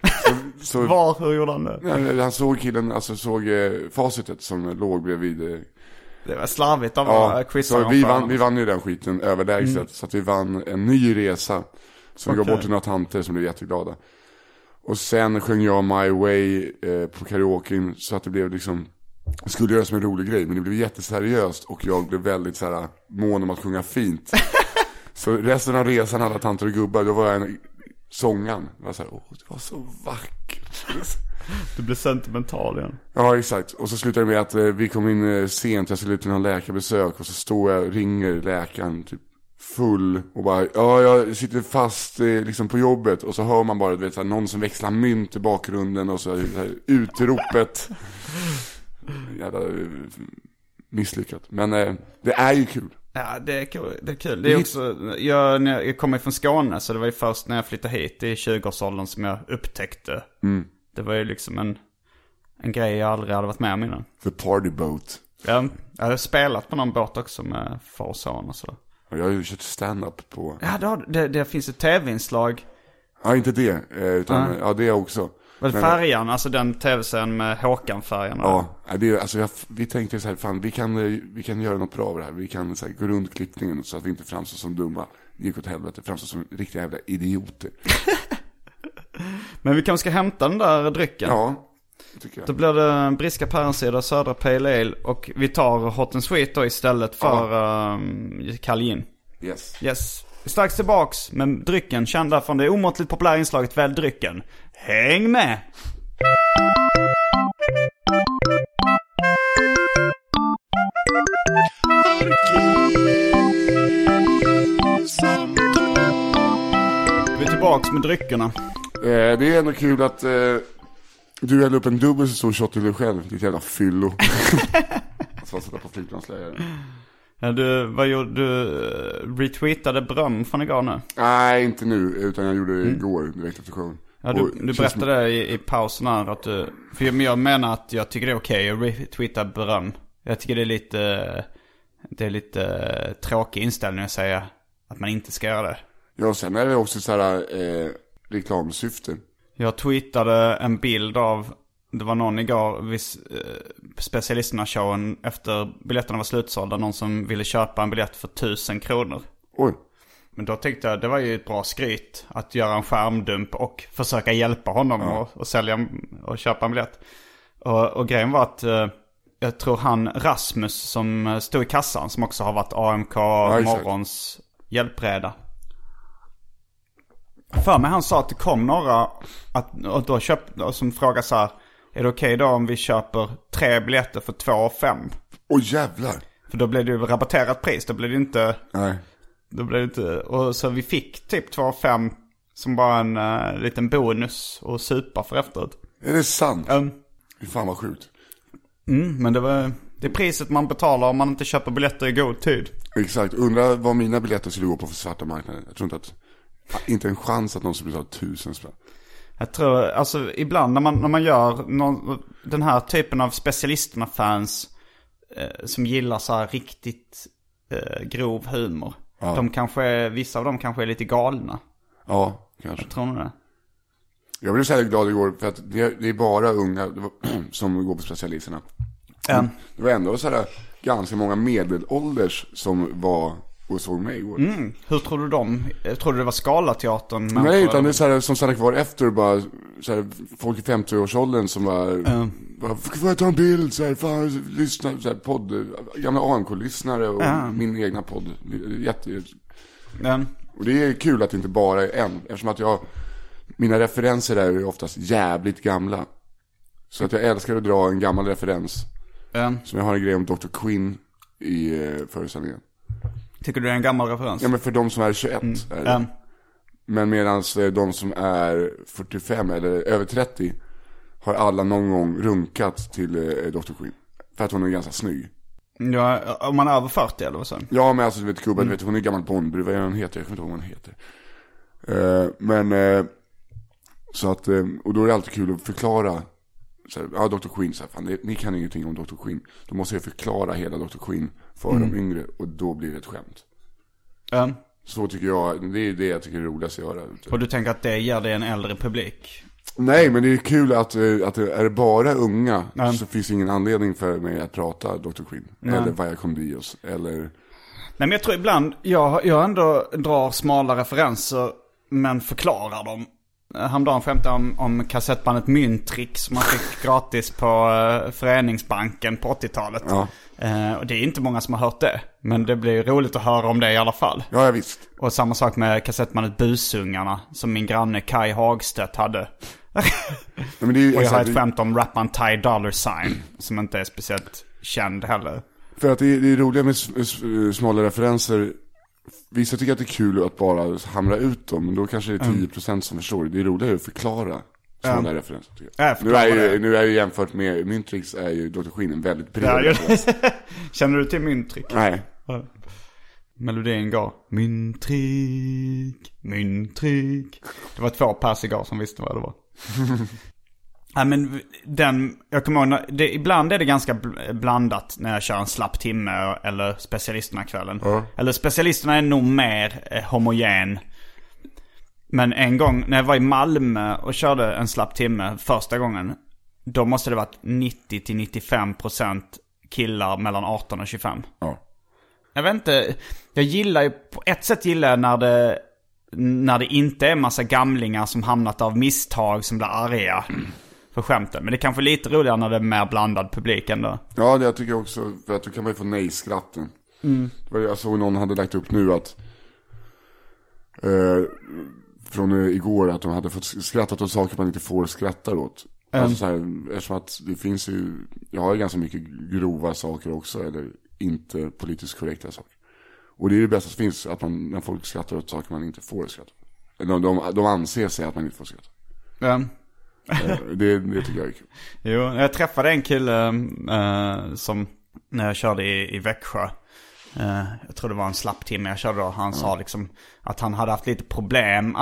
Så hur gjorde han det? Ja, han såg killen, alltså såg facitet som låg bredvid. Det var slarvigt av quizaren. Vi vann ju den skiten överlägset. Så att vi vann en ny resa. Så vi gav bort till några tanter som blev jätteglada. Och sen sjöng jag My Way på karaoke. Så att det blev liksom, skulle göra som en rolig grej. Men det blev jätteseriöst. Och jag blev väldigt så här mån om att sjunga fint. Så resten av resan, alla tanter och gubbar, då var jag en sångan. Det var så här, det var så vackert. Du blev sentimental igen. Ja, exakt. Och så slutade det med att vi kom in sent. Jag skulle ut till någon läkarbesök. Och så står jag och ringer läkaren typ full. Och bara, jag sitter fast liksom på jobbet. Och så hör man bara, du vet, så här, någon som växlar mynt i bakgrunden. Och så här, utropet. Jävla misslyckat. Men det är ju kul. Ja, det är kul. Det är också, jag kommer från Skåne, så det var ju först när jag flyttade hit i 20-årsåldern som jag upptäckte. Det var ju liksom en grej jag aldrig hade varit med om innan. The party boat. Ja, jag har spelat på någon båt också med far och son och så. Jag har ju kört stand-up på... Ja, det finns ett tv-inslag. Ja, inte det, utan det också. Men färjan, alltså den tv-serien med Håkan-färjan. Ja, det, alltså vi tänkte så här, fan, vi kan göra något bra av det här. Vi kan så här, gå runt klippningen så att vi inte framstår som dumma. Det gick åt helvete, framstår som riktiga jävla idioter. Men vi kanske ska hämta den där drycken. Ja, det tycker jag. Då blir det Briska Pärensida, Södra Pale Ale. Och vi tar Hot and Sweet då istället för Kall Gin. Yes. Strax tillbaks med drycken kända från det omåttligt populära inslaget Välj drycken. Häng med! Vi är tillbaka med dryckerna. Det är ändå kul att du häller upp en dubbel så stor shot till dig själv. Ditt jävla fyllo. Alltså sätta på flygplanslägare. Ja, vad gjorde du? Retweetade beröm från igår nu? Nej, inte nu. Utan jag gjorde det igår direkt efter showen. Ja, du berättade i pausen här att du... För jag menar att jag tycker det är okej att retweeta beröm. Jag tycker det är lite tråkig inställning att säga att man inte ska göra det. Ja, sen är det också så här reklamsyfte. Jag tweetade en bild av... Det var någon igår vid specialisterna-showen efter biljetterna var slutsålda. Någon som ville köpa en biljett för 1000 kronor. Oj. Men då tänkte jag, det var ju ett bra skryt att göra en skärmdump och försöka hjälpa honom och sälja och köpa en biljett. Och grejen var att jag tror han Rasmus som stod i kassan, som också har varit AMK morgons hjälpreda. För mig han sa att det kom några och då som frågade så här: är det okej då om vi köper 3 biljetter för 2 5? Åh jävlar. För då blev det ju rabatterat pris, då blev det inte... Nej. Då blev det inte... Och så vi fick typ 2 5 som bara en liten bonus och supa för efteråt. Är det sant? Hur fan vad sjukt. Men det är priset man betalar om man inte köper biljetter i god tid. Exakt, undrar vad mina biljetter skulle gå på för svarta marknaden. Jag tror inte att... Inte en chans att någon skulle betala 1000 spänn. Jag tror, alltså ibland när man gör den här typen av specialisterna-fans som gillar så här riktigt grov humor. Ja. Vissa av dem kanske är lite galna. Ja, kanske. Jag tror nog det. Jag blev så här glad igår för att det är bara unga som går på specialisterna. Det var ändå så här ganska många medelålders som var och såg mig igår. Hur tror du tror du det var Scalateatern? Nej, utan det är så här, som stannade kvar efter bara så här, folk i 50-årsåldern som bara får jag ta en bild så här, fan, lyssna så här, podd, gamla AMK-lyssnare och min egna podd. Och det är kul att det inte bara är en, eftersom att mina referenser där är oftast jävligt gamla. Så att jag älskar att dra en gammal referens. Som jag har en grej om Dr. Quinn i föreställningen. Tycker du det är en gammal referens? Ja, men för de som är 21 är det. Men medan de som är 45 eller över 30 har alla någon gång runkat till Dr. Quinn. För att hon är ganska snygg. Ja, om man är över 40 eller vad så? Ja, men alltså du vet Kuba, du vet, hon är gammal Bondbrud. Vad är hon heter? Jag kommer inte ihåg vad hon heter. Så att, och då är det alltid kul att förklara så här, Dr. Quinn, så här, fan, ni kan ingenting om Dr. Quinn. Då måste jag förklara hela Dr. Quinn för de yngre, och då blir det ett skämt. Så tycker jag, det är det jag tycker är roligast att göra. Och du tänker att det ger dig en äldre publik? Nej, men det är kul att är det bara unga så finns ingen anledning för mig att prata Dr. Quinn. Eller Via Con Dios, eller... Nej, men jag tror ibland, jag ändå drar smala referenser men förklarar dem. Häromdagen skämtade om kassettbandet Myntrick som man fick gratis på Föreningsbanken på 80-talet. Ja. Och det är inte många som har hört det. Men det blir roligt att höra om det i alla fall. Ja, visst. Och samma sak med kassettbandet Busungarna som min granne Kai Hagstedt hade. Men det är, och jag har ett skämt om rapparen Ty Dollar Sign som inte är speciellt känd heller. För att det är roliga med smala referenser. Vissa tycker att det är kul att bara hamra ut dem, men då kanske det är 10% som förstår. Det är roligare att förklara sådana referenser, tycker jag. Nu är ju jämfört med Myntrix är ju Dr. Quinn en väldigt bred. Känner du till Myntrix? Nej. Melodin går Myntrick. Det var 2 pers igår som visste vad det var. Ja, men jag kommer ihåg, ibland är det ganska blandat när jag kör en slapp timme eller specialisterna kvällen. Eller specialisterna är nog mer homogen. Men en gång när jag var i Malmö och körde en slapp timme första gången, då måste det varit 90-95% killar mellan 18 och 25. Jag vet inte, jag gillar ju, på ett sätt gillar jag när det inte är massa gamlingar som hamnat av misstag som blir arga för skämten. Men det är kanske lite roligare när det är mer blandad publik ändå. Ja, det jag tycker också, för att då kan man ju få nej-skratten. Jag såg någon hade lagt upp nu att från igår att de hade fått skrattat åt saker man inte får skratta åt. Alltså så här, eftersom att det finns ju, jag har ju ganska mycket grova saker också, eller inte politiskt korrekta saker. Och det är det bästa som finns, att när folk skrattar åt saker man inte får skratta. De anser sig att man inte får skratta. Ja. Det tycker jag är kul. Jo, jag träffade en kille som när jag körde i Växjö. Jag tror det var en slapptimme jag körde då. Han sa liksom att han hade haft lite problem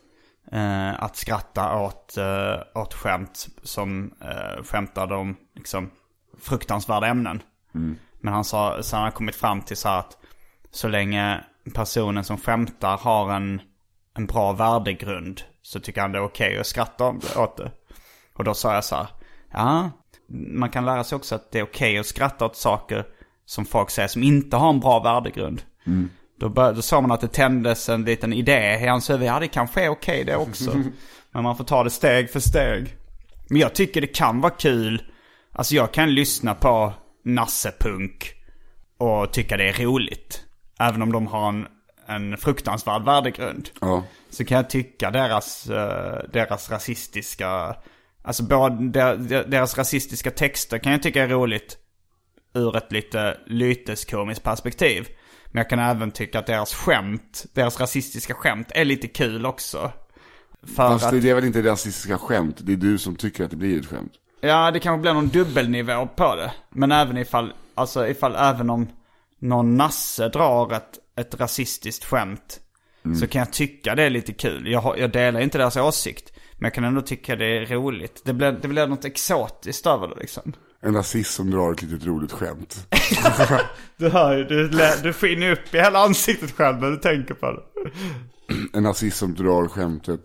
att skratta åt skämt som skämtade om liksom fruktansvärda ämnen. Men han sa, så han har kommit fram till så att så länge personen som skämtar har en bra värdegrund så tycker han det är okej att skratta åt det. Och då sa jag så här: ja, man kan lära sig också att det är okej att skratta åt saker som folk säger som inte har en bra värdegrund. Då sa man att det tändes en liten idé i hans huvud. Ja, det kanske är okej det också. Men man får ta det steg för steg. Men jag tycker det kan vara kul. Alltså jag kan lyssna på Nassepunk och tycka det är roligt. Även om de har en fruktansvärd värdegrund. Ja. Så kan jag tycka deras rasistiska... Alltså både deras rasistiska texter kan jag tycka är roligt ur ett lite lyteskomiskt perspektiv. Men jag kan även tycka att deras rasistiska skämt är lite kul också. Fast det är väl inte rasistiska skämt, det är du som tycker att det blir ett skämt. Ja, det kanske blir någon dubbelnivå på det. Men även ifall även om någon nasse drar ett rasistiskt skämt så kan jag tycka det är lite kul. Jag delar inte deras åsikt, men jag kan ändå tycka det är roligt. Det blir något exotiskt över det liksom. En rasist som drar ett litet roligt skämt. Du hör ju, du skiner upp i hela ansiktet själv när du tänker på det. En rasist som drar skämtet: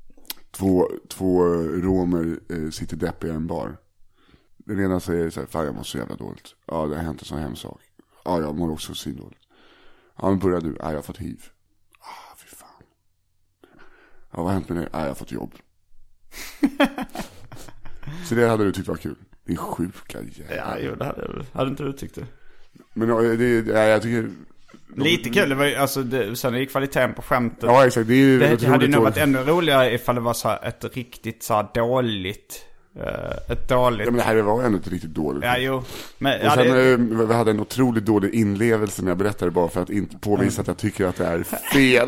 två romer sitter deppiga i en bar. Den ena säger så här: fan, jag mår så jävla dåligt. Ja, det har hänt en sån hemsk sak. Ja, jag mår också så dåligt. Ja, men börjar du? Ja, jag har fått hiv. Fy fan. Ja, vad har hänt med det? Ja, jag har fått jobb. Så det hade du tyckt var kul. Det är sjuka jävlar. Ja, jo, det hade inte du tyckt det. Men jag tycker... Lite kul, det var ju, alltså sen är det kvaliteten på skämtet. Ja, exakt. Det hade nog varit ännu roligare ifall det var så här ett riktigt så här dåligt. Ja, men det här var ändå ett riktigt dåligt. Ja, jo. Men, och sen vi hade en otroligt dålig inlevelse när jag berättade, bara för att inte påvisa att jag tycker att det är fel.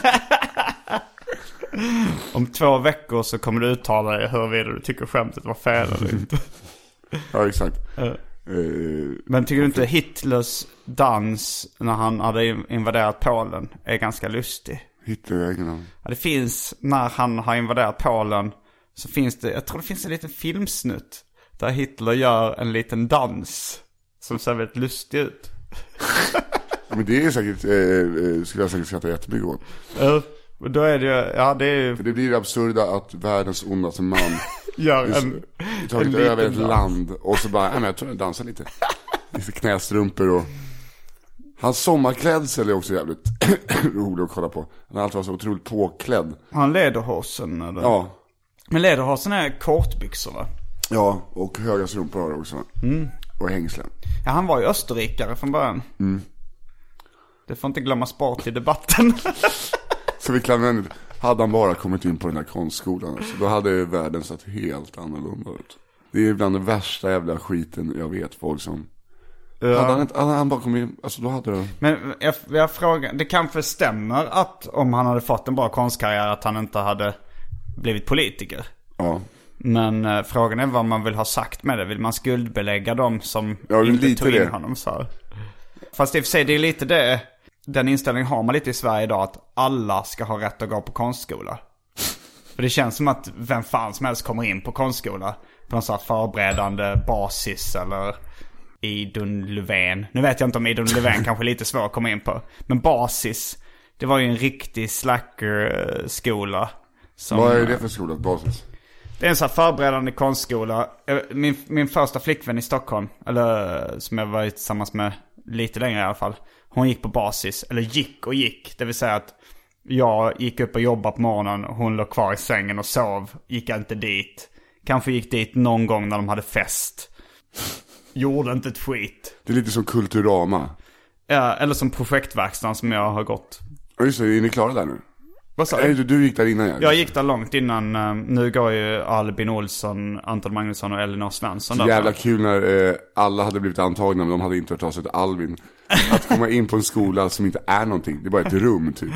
Om 2 veckor så kommer du uttala dig huruvida du tycker skämtet var fel eller inte. Ja, exakt. Men tycker du inte Hitlers dans när han hade invaderat Polen är ganska lustig? Hitler, ja, det finns, när han har invaderat Polen så finns det, jag tror det finns en liten filmsnutt där Hitler gör en liten dans som ser väldigt lustig ut. Ja, men det är säkert, skulle jag säkert skratta jättemycket åt. Då är det ju, ja det är ju... För det blir absurda att världens ondaste man gör tagit över ett land och så bara, men jag tror jag dansar lite. Lite knästrumpor och... Hans sommarklädsel är också jävligt rolig att kolla på. Han alltid var så otroligt påklädd. Han lederhosen eller? Ja. Men lederhosen är kortbyxor, va? Ja, och höga strumpor har också. Och hängslen. Ja, han var ju österrikare från början. Det får inte glömmas bort i debatten. Så vi kan, hade han bara kommit in på den här konstskolan, alltså, då hade världen sett helt annorlunda ut. Det är bland den värsta jävla skiten jag vet, folk som... Ja. Hade han bara kommit in, alltså då hade det... Men jag frågar, det kanske stämmer att om han hade fått en bra konstkarriär att han inte hade blivit politiker. Ja. Men frågan är vad man vill ha sagt med det. Vill man skuldbelägga dem som inte tog in honom så här? Fast i och för sig det är lite det. Den inställningen har man lite i Sverige idag, att alla ska ha rätt att gå på konstskola. För det känns som att vem fan som helst kommer in på konstskola på någon sån här förberedande basis eller Idun Löfven. Nu vet jag inte om Idun Löfven kanske är lite svår att komma in på. Men basis, det var ju en riktig slacker-skola. Vad är det för skola, basis? Det är en sån här förberedande konstskola. Min första flickvän i Stockholm, eller som jag var tillsammans med lite längre i alla fall, hon gick på basis, eller gick. Det vill säga att jag gick upp och jobbade på morgonen och hon låg kvar i sängen och sov. Gick inte dit. Kanske gick dit någon gång när de hade fest. Gjorde inte ett skit. Det är lite som Kulturama. Ja, eller som projektverkstan som jag har gått. Ja, just det. Är ni klara där nu? Vad sa Nej, du gick där innan jag gick där långt innan. Nu går ju Albin Olsson, Anton Magnusson och Elinor Svensson. Så jävla kul när alla hade blivit antagna, men de hade inte hört av sig till Albin. Att komma in på en skola som inte är någonting. Det är bara ett rum typ.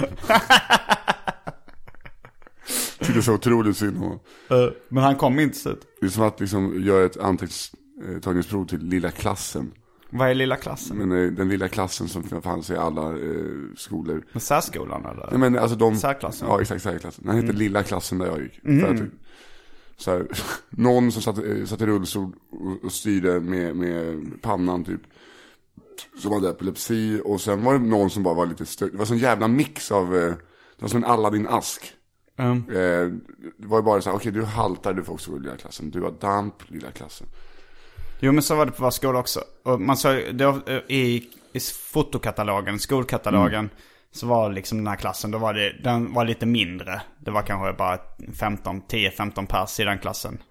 Det är så otroligt synd. Men han kom inte så. Det är som att liksom göra ett antagningsprov till lilla klassen. Vad är lilla klassen? Men den lilla klassen som fanns i alla skolor. Med särskolan eller? Nej, men alltså särklassen? Ja, exakt, särklassen. Den hette lilla klassen där jag gick. För att, så här, någon som satt i rullstol och styrde med pannan typ. Som hade epilepsi. Och sen var det någon som bara var lite större. Det var sån jävla mix av, det var som en Aladdin-ask. Det var ju bara så här, okej, du haltar, du får också gå i lilla klassen. Du har damp, lilla klassen. Jo, men så var det på vår skola också. Och man sa i fotokatalogen, skolkatalogen, så var liksom den här klassen, den var lite mindre. Det var kanske bara 10-15 pers i den klassen.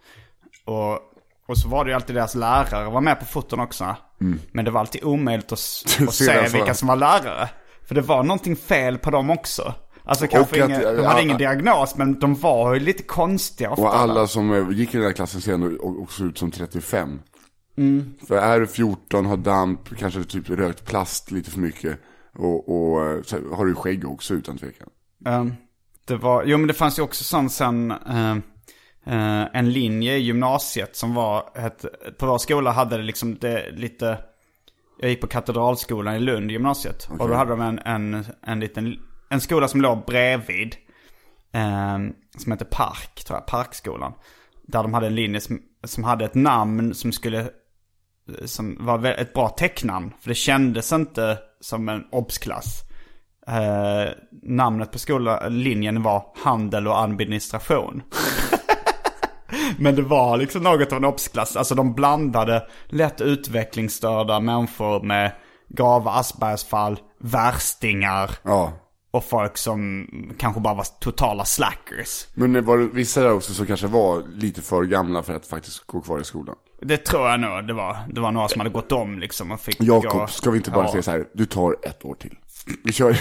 Och så var det ju alltid deras lärare var med på foton också. Men det var alltid omöjligt att se vilka som var lärare. För det var någonting fel på dem också. Alltså kanske de hade ingen diagnos, men de var ju lite konstiga ofta. Och alla som gick i den här klassen sen och såg ut som 35. För är du 14, har damp, kanske typ rökt plast lite för mycket och så har du skägg också utan tvekan. Men det fanns ju också sån sen en linje i gymnasiet som var på vår skola hade det liksom det lite. Jag gick på Katedralskolan i Lund, gymnasiet. Okay. Och då hade de en skola som låg bredvid som heter Park, tror jag, Parkskolan. Där de hade en linje som hade ett namn som var ett bra tecknamn. För det kändes inte som en obsklass. Namnet på linjen var Handel och administration. Men det var liksom något av en obsklass. Alltså de blandade lätt utvecklingsstörda människor med grava Aspergersfall, värstingar. Ja. Och folk som kanske bara var totala slackers. Men det var vissa där också som kanske var lite för gamla för att faktiskt gå kvar i skolan. Det tror jag nog. Det var några som hade gått om liksom och fick Jakob, ska vi inte bara säga så här: du tar 1 år till. Vi kör.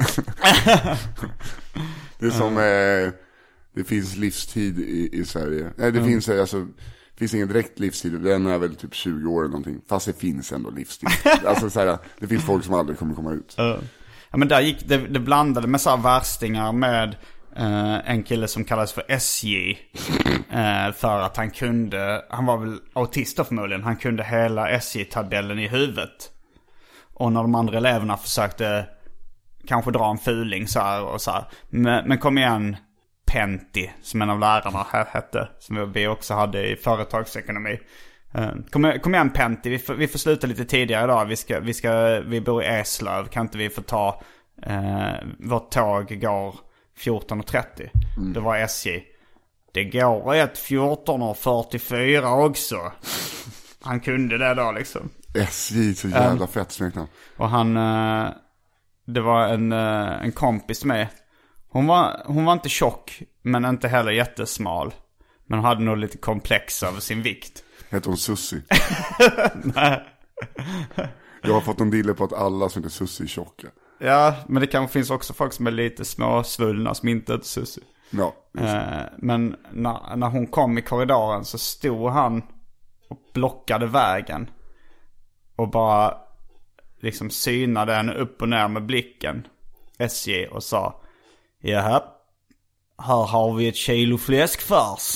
Det är som det finns livstid i Sverige. Nej, det finns alltså finns ingen direkt livstid. Den är väl typ 20 år eller någonting. Fast det finns ändå livstid. Alltså så här, det finns folk som aldrig kommer komma ut. Ja, men där gick det blandade med så här värstingar med en kille som kallades för SJ. För att han var väl autist förmodligen. Han kunde hela SJ-tabellen i huvudet. Och när de andra eleverna försökte kanske dra en fuling så här och så här. Men kom igen, Pentti, som en av lärarna här hette, som vi också hade i företagsekonomi. Kom igen Pentti, vi får sluta lite tidigare idag. Vi bor i Eslöv, kan inte vi få ta vårt tåg går 14:30. Det var SJ. Det går ett 14:44 också. Han kunde det då liksom. SJ, så jävla fett smeknamn. Och det var en kompis med. Hon var inte tjock, men inte heller jättesmal. Men hon hade nog lite komplex över sin vikt. Heter hon Sussi? Nej. Jag har fått en dille på att alla som heter Sussi är tjocka. Ja, men det kanske finns också folk som är lite småsvullna som inte är Sussi. Ja. Men när hon kom i korridoren så stod han och blockade vägen. Och bara liksom synade henne upp och ner med blicken. SJ och sa: jaha, här har vi ett kilo fläskfärs.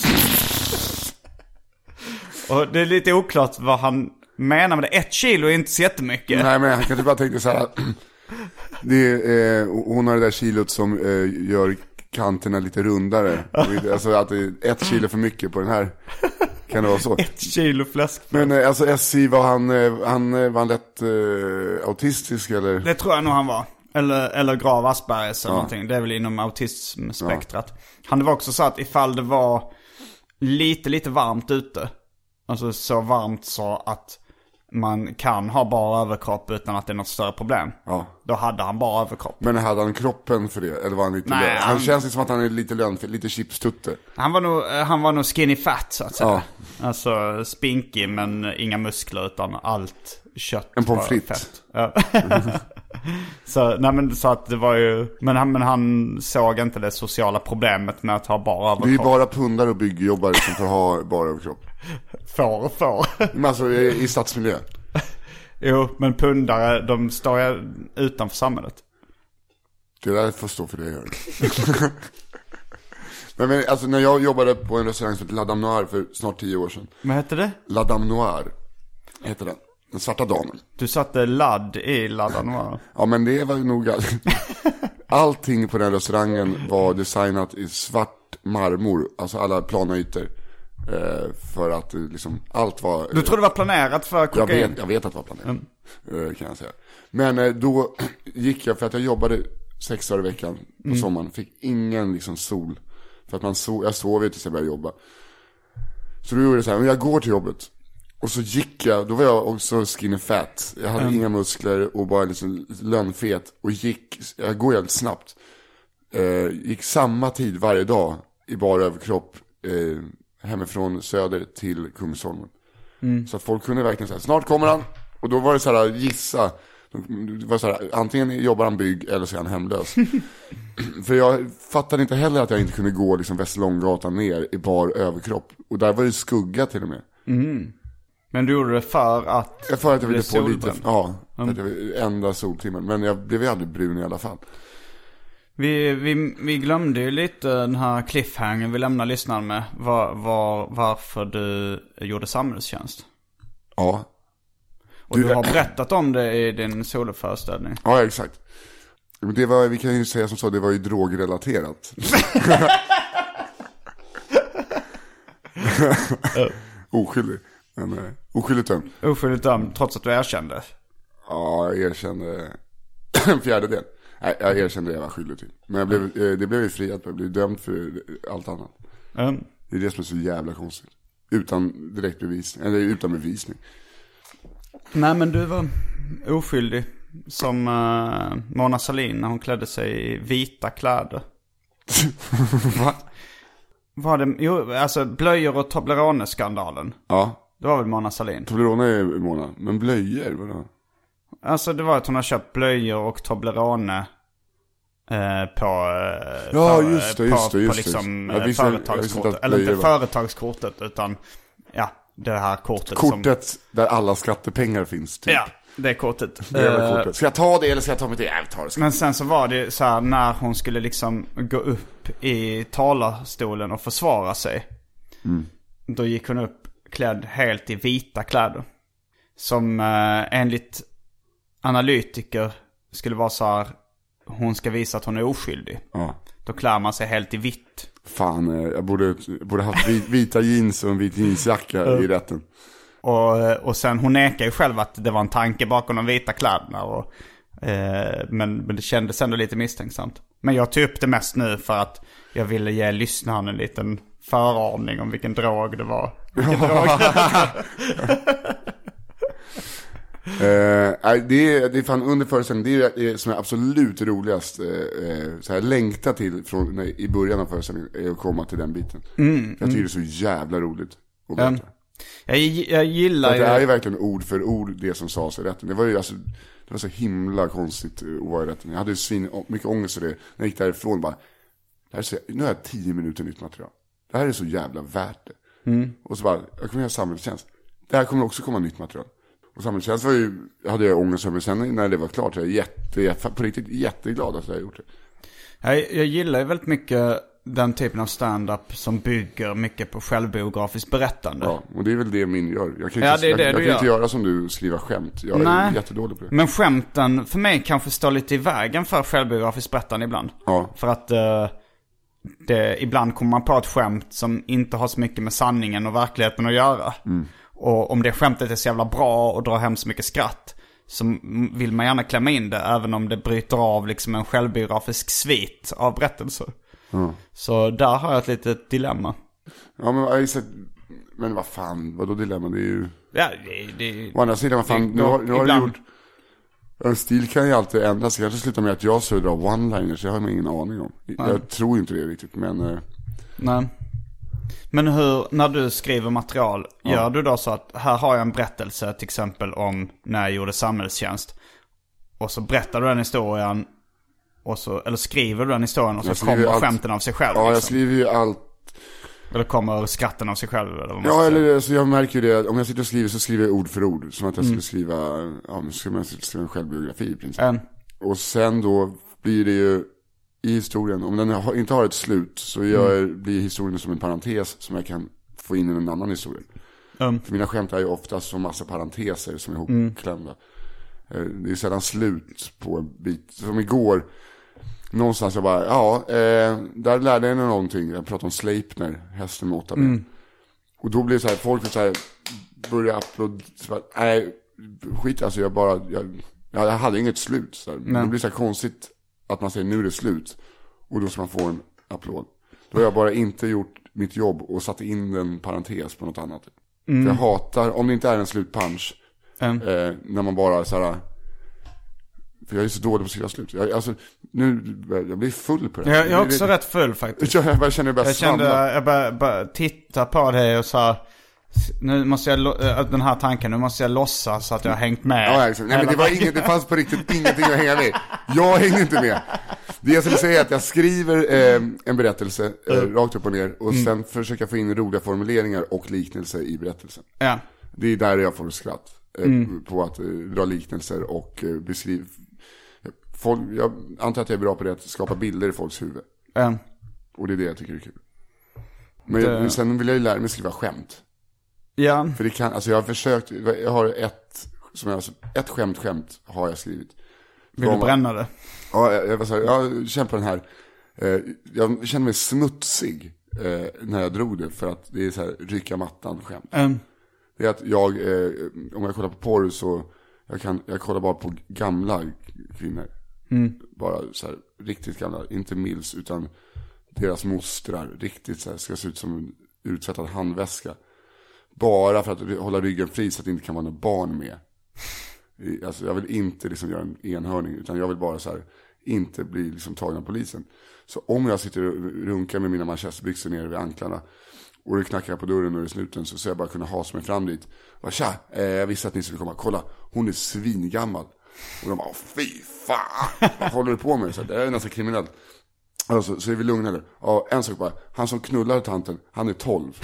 Och det är lite oklart vad han menar med det. 1 kilo är inte så jättemycket. Nej, men han kan typ bara tänka så här. Hon har det där kilot som gör kanterna lite rundare. Alltså att det är 1 kilo för mycket på den här. Kan det vara så? 1 kilo fläskfärs. Men alltså SJ, var han lätt autistisk eller? Det tror jag nog han var. Eller grav Aspergers eller någonting. Det är väl inom autismspektrat. Ja. Han var också så att ifall det var lite varmt ute. Alltså så varmt så att man kan ha bara överkropp utan att det är något större problem. Ja. Då hade han bara överkropp. Men hade han kroppen för det? Eller var han lite lön? Han känns inte som att han är lite lön, lite chipstutte. Han var nog skinny fat så att säga. Ja. Alltså spinkig men inga muskler utan allt kött. En pommes frites. Ja. Så att det var ju... Men han såg inte det sociala problemet med att ha bara överkropp. Det är ju bara pundare och byggjobbare som får ha bara överkropp. Får. Men alltså i stadsmiljö. Jo, men pundare, de står ju utanför samhället. Det där får stå för det jag gör. Men alltså när jag jobbade på en restaurang som heter La Dame Noire för snart 10 år sedan. Vad hette det? La Dame Noire heter den. Den svarta damen. Du satte ladd i La Dame Noire. Ja, men det var nog allting på den restaurangen var designat i svart marmor. Alltså alla plana ytor. För att liksom allt var... Du tror det var planerat för kokain? Jag vet att det var planerat. Kan jag säga. Men då gick jag, för att jag jobbade 6 dagar i veckan på sommaren. Fick ingen liksom sol. För att jag sov ju tills jag började jobba. Så då gjorde jag så här, men jag går till jobbet. Och så gick jag, då var jag också skinny fat. Jag hade inga muskler och bara liksom lönnfet. Och jag går jävligt snabbt. Gick samma tid varje dag i bara överkropp. Hemifrån Söder till Kungsholmen. Så att folk kunde verkligen säga, snart kommer han. Och då var det så här, gissa. Det var så här, antingen jobbar han bygg eller så är han hemlös. För jag fattade inte heller att jag inte kunde gå liksom Västerlånggatan ner i bar överkropp. Och där var det skugga till och med. Men du gjorde det för att jag ville få lite. Ja, för att jag ville ändra soltimmen. Men jag blev ju aldrig brun i alla fall. Vi glömde ju lite den här cliffhangern vi lämnar lyssnaren med. Varför du gjorde samhällstjänst. Ja. Och du har berättat om det i din soloföreställning. Ja, exakt. Det var, vi kan ju säga som så, det var ju drogrelaterat. Oskyldig. Oskyldigt dömd. Oskyldigt dömd, trots att du erkände. Ja, jag erkände en fjärdedel. Nej, jag erkände det jag var skyldig till. Men det blev ju friat. Jag blev dömd för allt annat. Det är det som är så jävla konstigt. Utan direkt bevisning. Eller utan bevisning. Nej, men du var oskyldig. Som Mona Sahlin när hon klädde sig i vita kläder. Va? Var det, jo, alltså blöjor och Toblerone-skandalen. Ja. Det var väl Mona Sahlin. Toblerone är Mona. Men blöjor, vadå? Alltså det var att hon har köpt blöjor och Toblerone just det. Liksom företagskortet. Eller inte företagskortet utan det här kortet. Kortet där alla skattepengar finns typ. Ja, det är kortet. Kortet. Ska jag ta det eller ska jag ta mitt eget? Men sen så var det så här, när hon skulle liksom gå upp i talarstolen och försvara sig. Då gick hon upp klädd helt i vita kläder. Som enligt analytiker skulle vara så här, hon ska visa att hon är oskyldig. Ja. Då klär man sig helt i vitt. Fan, jag borde haft vita jeans och en vit jeansjacka i rätten. Och sen hon nekar ju själv att det var en tanke bakom de vita kläderna. Men det kändes ändå lite misstänksamt. Men jag tog upp det mest nu för att jag ville ge lyssnaren en liten föraning om vilken drog det var. Det är fan under föreställningen. Det är som är absolut roligast så här längta till från i början av föreställningen är att komma till den biten. Jag tycker det är så jävla roligt att berätta. Jag gillar ju. Det är ju verkligen ord för ord det som sades i rätten. Det var ju alltså, det var så himla konstigt att vara i rätten. Jag hade ju mycket ångest för det. När jag gick därifrån bara, nu har jag 10 minuter nytt material. Det här är så jävla värt det. Och så bara, jag kommer göra samhällstjänst. Det här kommer också komma nytt material. Och samhällstjänst hade jag ångest över. Sen när det var klart så jag är på riktigt jätteglad att jag har gjort det. Jag gillar ju väldigt mycket den typen av stand-up som bygger mycket på självbiografiskt berättande. Ja, och det är väl det min gör. Jag kan inte göra som du, skriva skämt. Jag är jättedålig på det. Men skämten för mig kanske står lite i vägen för självbiografiskt berättande ibland. Ja. För att ibland kommer man på ett skämt som inte har så mycket med sanningen och verkligheten att göra. Och om det skämtet är så jävla bra och drar hem så mycket skratt, så vill man gärna klämma in det även om det bryter av liksom en självbiografisk svit av berättelser. Så där har jag ett litet dilemma. Ja, men vad fan, vadå dilemma? Det är ju... Ja, å andra sidan, vad fan, nu har du gjort... En stil kan ju alltid ändras. Jag kanske slutar med att jag så drar one-liners. Jag har ingen aning om. Jag tror inte det riktigt, men... Nej. Men när du skriver material, gör du då så att här har jag en berättelse till exempel om när jag gjorde samhällstjänst. och så berättar du den historien och så, eller skriver du den historien och så kommer skämten av sig själv. Ja, liksom. Jag skriver ju allt. Eller kommer skratten av sig själv eller vad man Ja, eller så jag märker ju det. Om jag sitter och skriver så skriver jag ord för ord. Som att jag skulle skriva, nu ska man skriva en självbiografi i princip. Och sen då blir det ju i historien, om den inte har ett slut, så blir historien som en parentes som jag kan få in i en annan historia. För mina skämt är ju oftast som massa parenteser som är ihopklämda. Det är sällan slut på en bit. Som igår, någonstans jag bara, där lärde jag någonting. Jag pratade om Sleipner, hästen med 8 ben. Och då blir det så här, folk så här, börjar applådera. Nej, skit, alltså jag hade inget slut. Så här. Det blir så här konstigt att man säger nu är det slut. Och då ska man få en applåd. Då har jag bara inte gjort mitt jobb och satt in en parentes på något annat. För jag hatar, om det inte är en slutpunch, när man bara så här. För jag är så dålig på att skriva slut. Jag blir full på det. Jag är också rätt full faktiskt. Jag känner jag bara titta på dig och så nu måste jag, den här tanken, nu måste jag låtsas att jag har hängt med. Ja, liksom. Nej, men det fanns på riktigt ingenting att hänga med. Jag hängde inte med. Det jag skulle säga är att jag skriver en berättelse rakt upp och ner. Och sen försöker få in roliga formuleringar och liknelser i berättelsen. Ja. Det är där jag får skratt. På att dra liknelser och beskriva. Jag antar att jag är bra på det, att skapa bilder i folks huvud. Och det är det jag tycker är kul. Men sen vill jag ju lära mig skriva skämt. Ja. För det kan, alltså jag har försökt, jag har ett skämt har jag skrivit. Vill du bränna det? Ja, jag känner på den här. Jag känner mig smutsig när jag drog det, för att det är så här rycka mattan skämt. Det är att om jag kollar på porr så jag kollar bara på gamla kvinnor. Bara så här riktigt gamla, inte mils utan deras mostrar, riktigt så här, ska se ut som en uttvättad handväska. Bara för att hålla ryggen fri så att det inte kan vara några barn med. Alltså jag vill inte liksom göra en enhörning, utan jag vill bara så här inte bli liksom tagen av polisen. Så om jag sitter och runkar med mina manchesterbyxor nere vid anklarna och det knackar på dörren och det är sluten, så ska jag bara kunna hasa mig fram dit. Och tja, jag visste att ni skulle komma. Kolla, hon är svingammal. Och de bara, fy fan, vad håller du på med? Så det är nästan kriminellt. Alltså, så är vi lugnade. Ja, en sak bara, han som knullar tanten, han är 12.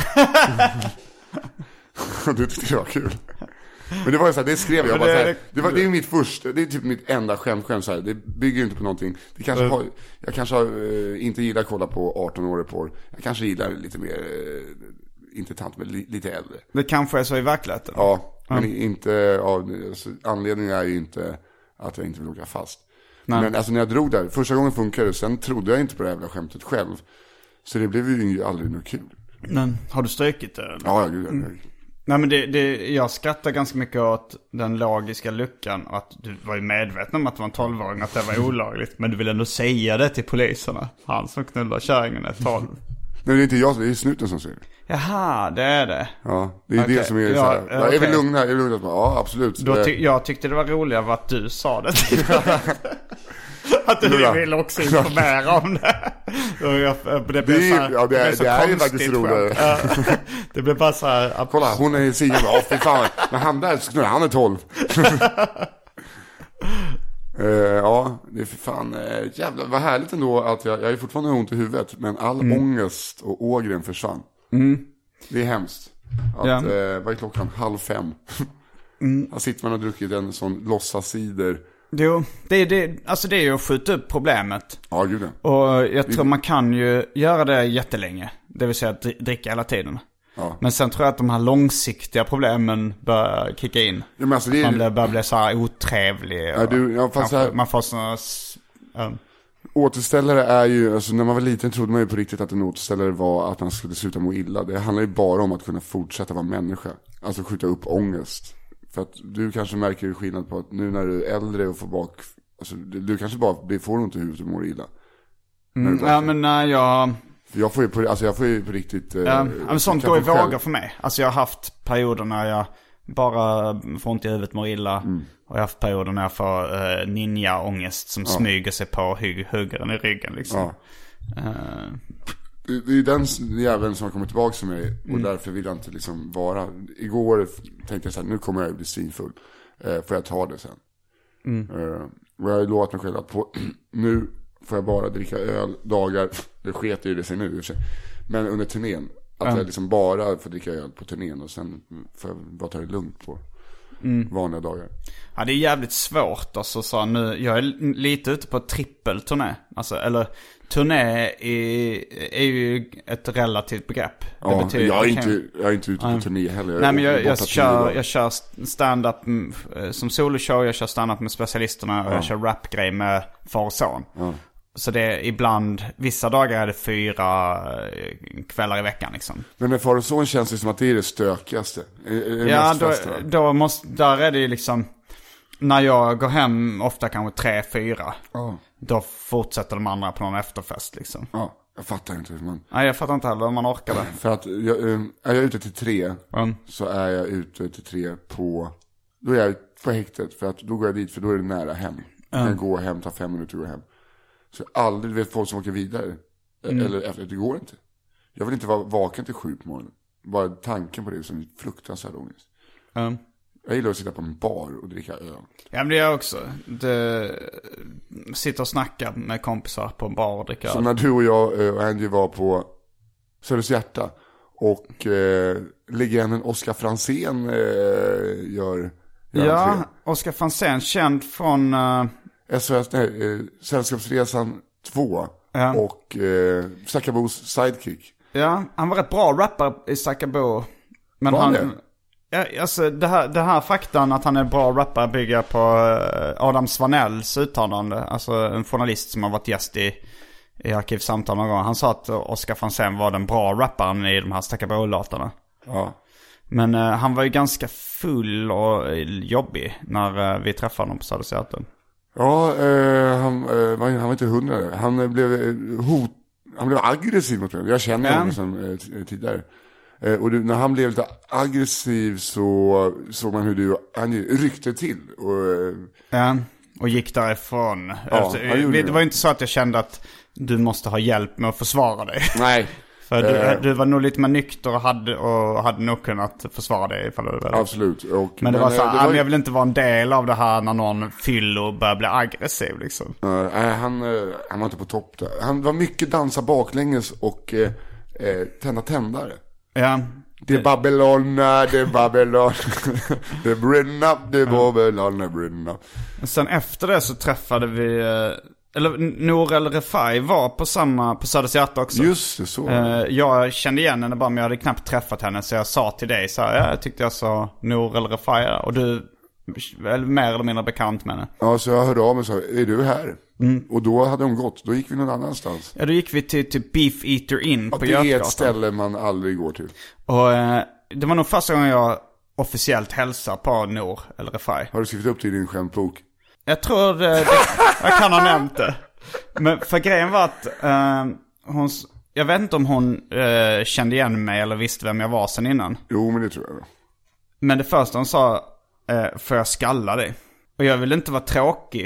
Det tyckte jag var kul. Men det var ju så här, det skrev jag bara så här, det är mitt första, det är typ mitt enda skämt så här. Det bygger inte på någonting. Det kanske jag kanske inte gillar att kolla på 18-årig porr. Jag kanske gillar lite mer inte tant, men lite äldre. Det kanske är så i verkligheten. Ja, men inte alltså, anledningen är ju inte att jag inte vill åka fast. Nej. Men alltså när jag drog där, första gången funkade det, sen trodde jag inte på det jävla skämtet själv. Så det blev ju aldrig något kul. Men har du strykit det? Ja, gud. Nej, men jag skrattar ganska mycket åt den logiska luckan. Att du var ju medveten om att det var en 12-åring, att det var olagligt. Men du vill ändå säga det till poliserna. Han som knullar kärringen är 12. Nej, det är inte jag, det är snuten som säger det. Jaha, det är det. Ja, det är det som är så här. Är vi lugna? Är vi lugna? Ja, absolut. Jag tyckte det var roligare att du sa det till att du vill också informera om det. Det är ju faktiskt roligare. Det blev bara så här. Kolla, hon är i sidan. Fy fan. Men han där, han är 12. Ja, det är för fan jävlar, vad härligt ändå att jag är fortfarande ont i huvudet, men all ångest och ågren försvann. Det är hemskt att, vad är klockan? 4:30. Här sitter man och druckit en sån låtsasider. Jo, det är ju att skjuta upp problemet. Ja, gud. Och jag tror man kan ju göra det jättelänge. Det vill säga att dricka hela tiden. Ja. Men sen tror jag att de här långsiktiga problemen börjar kicka in. Ja, men alltså man börjar bli så här otrevlig. Man får såna... Återställare är ju, alltså när man var liten trodde man ju på riktigt att en återställare var att man skulle sluta må illa. Det handlar ju bara om att kunna fortsätta vara människa. Alltså skjuta upp ångest. För att du kanske märker skillnad på att nu när du är äldre och får bak, alltså du kanske bara får ont i huvudet och mår illa. Ja, men när jag får ju på riktigt... men sånt går i vågor för mig. Alltså jag har haft perioder när jag bara får ont i huvudet, mår illa. Och jag har haft perioder när jag får ninja-ångest som smyger sig på huggaren i ryggen liksom. Ja. Det är den jäveln som har kommit tillbaka till mig. Och därför vill jag inte liksom vara... Igår tänkte jag så här, nu kommer jag bli svinfull. Får jag ta det sen. Och jag har lovat mig själv att nu får jag bara dricka öl dagar. Det sket ju det sig nu i och för sig. Men under turnén. Att jag liksom bara får dricka öl på turnén. Och sen får jag bara ta det lugnt på vanliga dagar. Ja, det är jävligt svårt. Alltså, så nu, jag är lite ute på trippelturné. Alltså, eller turné är ju ett relativt begrepp. Ja, det betyder, jag är inte ute på turné heller. Nej, men jag kör stand-up som soloshow. Jag kör stand-up med specialisterna. Och jag kör rap-grej med far och son. Ja. Så det är ibland, vissa dagar är det 4 kvällar i veckan liksom. Men med far och son känns det som att det är det stökigaste. Ja, där är det ju liksom, när jag går hem ofta kanske 3-4. Då fortsätter de andra på någon efterfest liksom. Ja, jag fattar inte hur man... Nej, jag fattar inte heller om man orkar det. För att är jag ute till 3 så är jag ute till 3 då är jag på häktet. För att då går jag dit, för då är det nära hem. Jag går hem, tar 5 minuter och går hem. Så jag aldrig vet folk som åker vidare. Eller efter, det går inte. Jag vill inte vara vaken till 7 på morgonen. Bara tanken på det är som fruktansvärd ångest. Jag gillar att sitta på en bar och dricka öl. Ja, men det är jag också. Sitta och snacka med kompisar på en bar och dricka öl. Så när du och jag och Andy var på Söders Hjärta och legenden Oscar Franzén gör ja, Oscar Franzén, känd från... Sällskapsresan 2 och Sackabos sidekick. Ja, han var rätt bra rappare i Sackabo. Men alltså det här faktan att han är bra rappare bygger på Adam Svanells uttalande. Alltså en journalist som har varit gäst i Arkivsamtal någon gång. Han sa att Oscar Franzén var den bra rapparen i de här Sackabo-låtarna. Ja. Men han var ju ganska full och jobbig när vi träffade honom på Södersäten. Ja, han var inte 100. Han blev aggressiv mot mig. Jag känner honom som tidigare. Och när han blev lite aggressiv så såg man hur han ryckte till. Och gick därifrån. Det var ju inte så att jag kände att du måste ha hjälp med att försvara dig. Nej. För du var nog lite mer nykter och hade nog kunnat försvara dig ifall du väl. Absolut. Men det var så här, jag vill inte vara en del av det här när någon fyller och börjar bli aggressiv liksom. Han var inte på topp där. Han var mycket dansa baklänges och tända tändare. Ja. Det är Babylon, det brinner, det Babylon, det brinner. Sen efter det så träffade vi... Eller Nour El Refai var på Söders Hjärta också. Just det, så. Jag kände igen henne bara, men jag hade knappt träffat henne. Så jag sa till dig så här, jag tyckte jag sa Nour El Refai. Och du är mer eller mindre bekant med henne. Ja, så jag hörde av mig och sa, är du här? Och då hade hon gått, då gick vi någon annanstans. Ja, då gick vi till Beef Eater Inn på Götgatan. Det är ett ställe man aldrig går till. Och det var nog första gången jag officiellt hälsade på Nour El Refai. Har du skrivit upp det i din skämtbok? Jag tror jag kan ha nämnt det. Men för grejen var att jag vet inte om hon kände igen mig eller visste vem jag var sen innan. Jo, men det tror jag. Men det första hon sa, får jag skalla dig? Och jag ville inte vara tråkig.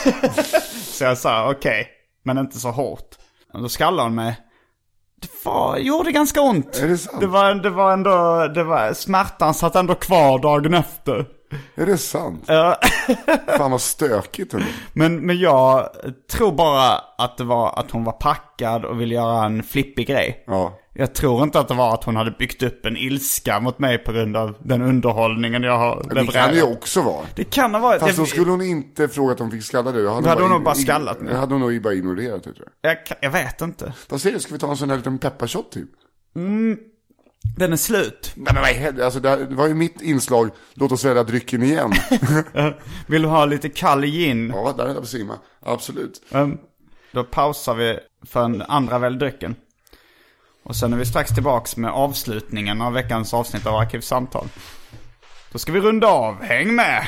Så jag sa okej, men inte så hårt. Och då skallade hon mig. Gjorde ganska ont. Är det sant? Det var smärtan satt ändå kvar dagen efter. Är det sant? Fan vad stökigt. Men jag tror bara att det var att hon var packad och ville göra en flippig grej. Ja. Jag tror inte att det var att hon hade byggt upp en ilska mot mig på grund av den underhållningen jag har levererat. Det kan det också vara. Det kan ha varit. Fast då skulle hon inte fråga att hon fick skalla dig. Då hade hon nog bara skallat mig. Jag hade hon nog bara ignorerat det, tror jag. Jag vet inte. Vad säger du? Ska vi ta en sån här liten pepparshot typ? Den är slut. Nej, men vad är alltså, det var ju mitt inslag. Låt oss välja drycken igen. Vill du ha lite kall gin? Ja, där är det på simma. Absolut. Då pausar vi för en andra väldrycken. Och sen är vi strax tillbaks med avslutningen av veckans avsnitt av Arkivsamtal. Då ska vi runda av. Häng med!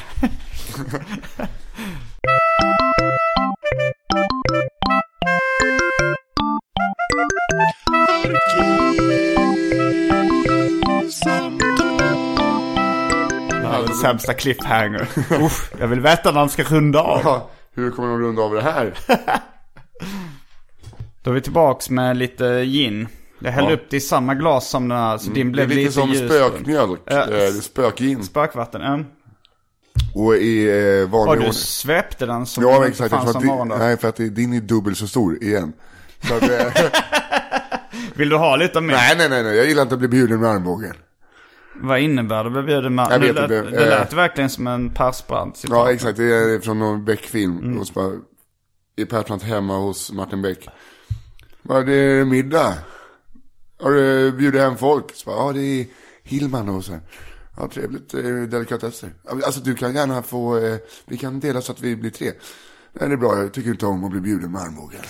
Det här är den sämsta cliffhanger. Jag vill veta när de ska runda av. Ja, hur kommer de runda av det här? Då är vi tillbaks med lite gin. Jag hällde upp det i samma glas som den här, så din blev lite lite som ljus. Spökmjölk, spökgin. Spökvatten, Och i vanlig ordning. Du svepte den som ja, exakt, fanns som morgondag? Nej, för att din är dubbel så stor igen. Så att, vill du ha lite mer? Nej. Jag gillar inte att bli bjuden med armbågen. Vad innebär det att bli bjuden med armbågen? Det lät verkligen som en Persbrandt. Ja, exakt. Det är från någon Beck-film. Och så bara, i Persbrandt hemma hos Martin Beck. Var det middag? Har du bjudit hem folk? Så bara, ja, det är Hillman och så här. Ja, trevligt, delikatesser. Alltså du kan gärna få, vi kan dela så att vi blir 3. Nej, det är bra, jag tycker inte om att bli bjuden med armbågen.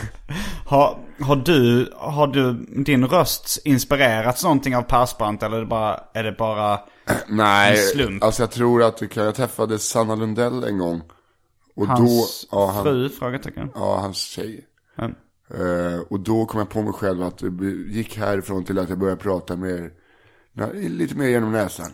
Har du din röst inspirerats någonting av Persbrandt, eller är det bara nej, en slump? Alltså jag tror att jag träffade Sanna Lundell en gång. Och hans då, fru, frågetecken. Ja, hans tjej. Och då kom jag på mig själv att det gick härifrån till att jag började prata mer, lite mer genom näsan.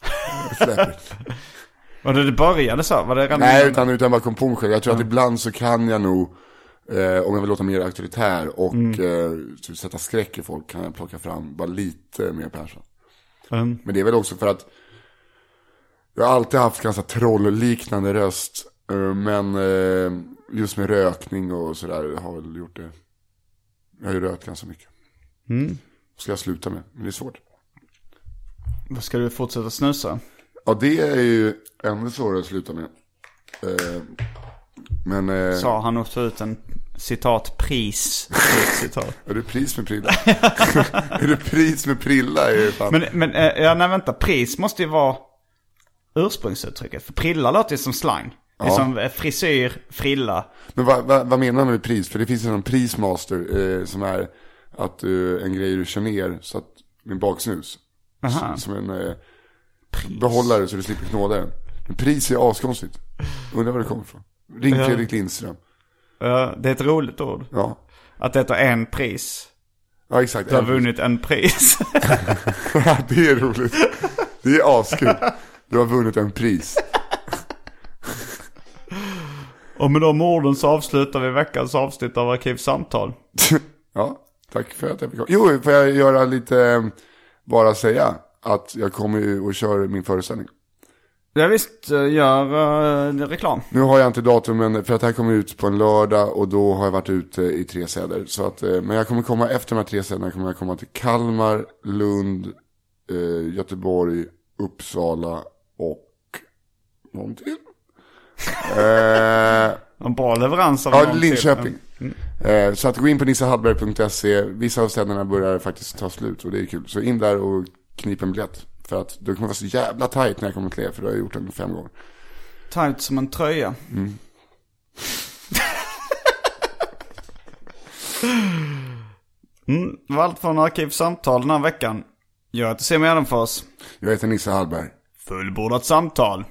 Var det började så? Var det nej, utan bara kom på mig själv. Jag tror att ibland så kan jag nog, om jag vill låta mer auktoritär och sätta skräck i folk, kan jag plocka fram bara lite mer Persson. Men det är väl också för att jag har alltid haft ganska trollliknande röst. Men just med rökning och sådär har väl gjort det. Jag har ju rökt ganska mycket. Ska jag sluta med, men det är svårt. Vad ska du fortsätta snusa? Ja, det är ju ännu svårare att sluta med. Men sa han och tog ut en citat pris. Citat. Är det pris med prilla? Är det pris med prilla? Men vänta, pris måste ju vara ursprungsuttrycket. För prilla låter ju som slang. Det är som frisyr, frilla. Men vad menar man med pris? För det finns en prismaster som är att en grej du kör ner så att med baksnus. Som en behållare så du slipper knåda den. Men pris är askonstigt. Undrar var det kommer ifrån. Ring Fredrik Lindström. Det är ett roligt ord. Ja. Att det är en pris. Ja, exakt. Du har vunnit en pris. Det är roligt. Det är askul. Du har vunnit en pris. Och med de orden så avslutar vi veckans avsnitt av Arkivsamtal. Ja, tack för att jag fick komma. Jo, får jag göra lite, bara säga att jag kommer ju och kör min föreställning. Jag visst, gör reklam. Nu har jag inte datumen för att det här kommer ut på en lördag och då har jag varit ute i 3 städer. Så att, men jag kommer komma efter de här 3 städerna, kommer jag komma till Kalmar, Lund, Göteborg, Uppsala och någonting. En bra leverans av Linköping. Så att gå in på nissahallberg.se. Vissa av städerna börjar faktiskt ta slut och det är kul. Så in där och knip en biljett. För att det kommer vara så jävla tajt när jag kommer klä. För det har jag gjort den 5 gånger. Tajt som en tröja. Det var allt från Arkivsamtal den här veckan. Jag heter Simon Gärdenfors. Jag heter Nisse Hallberg. Fullbordat samtal.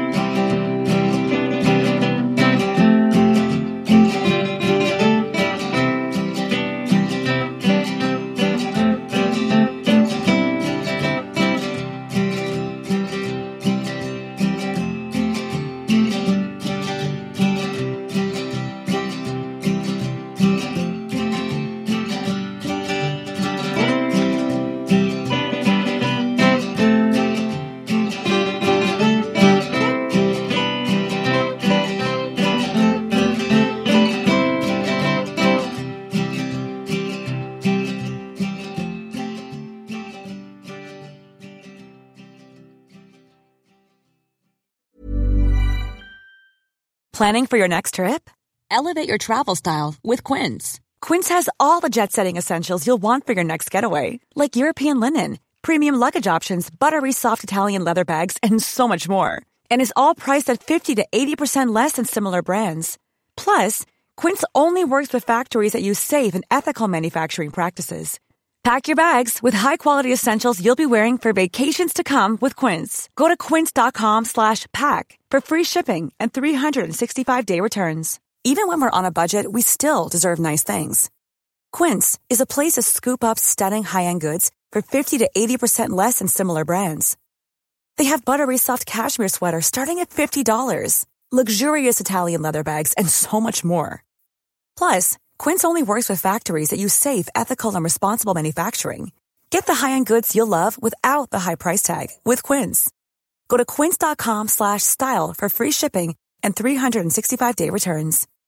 Planning for your next trip? Elevate your travel style with Quince. Quince has all the jet-setting essentials you'll want for your next getaway, like European linen, premium luggage options, buttery soft Italian leather bags, and so much more. And is all priced at 50 to 80% less than similar brands. Plus, Quince only works with factories that use safe and ethical manufacturing practices. Pack your bags with high-quality essentials you'll be wearing for vacations to come with Quince. Go to quince.com/pack for free shipping and 365-day returns. Even when we're on a budget, we still deserve nice things. Quince is a place to scoop up stunning high-end goods for 50 to 80% less than similar brands. They have buttery soft cashmere sweaters starting at $50, luxurious Italian leather bags, and so much more. Plus, Quince only works with factories that use safe, ethical, and responsible manufacturing. Get the high-end goods you'll love without the high price tag with Quince. Go to quince.com/style for free shipping and 365-day returns.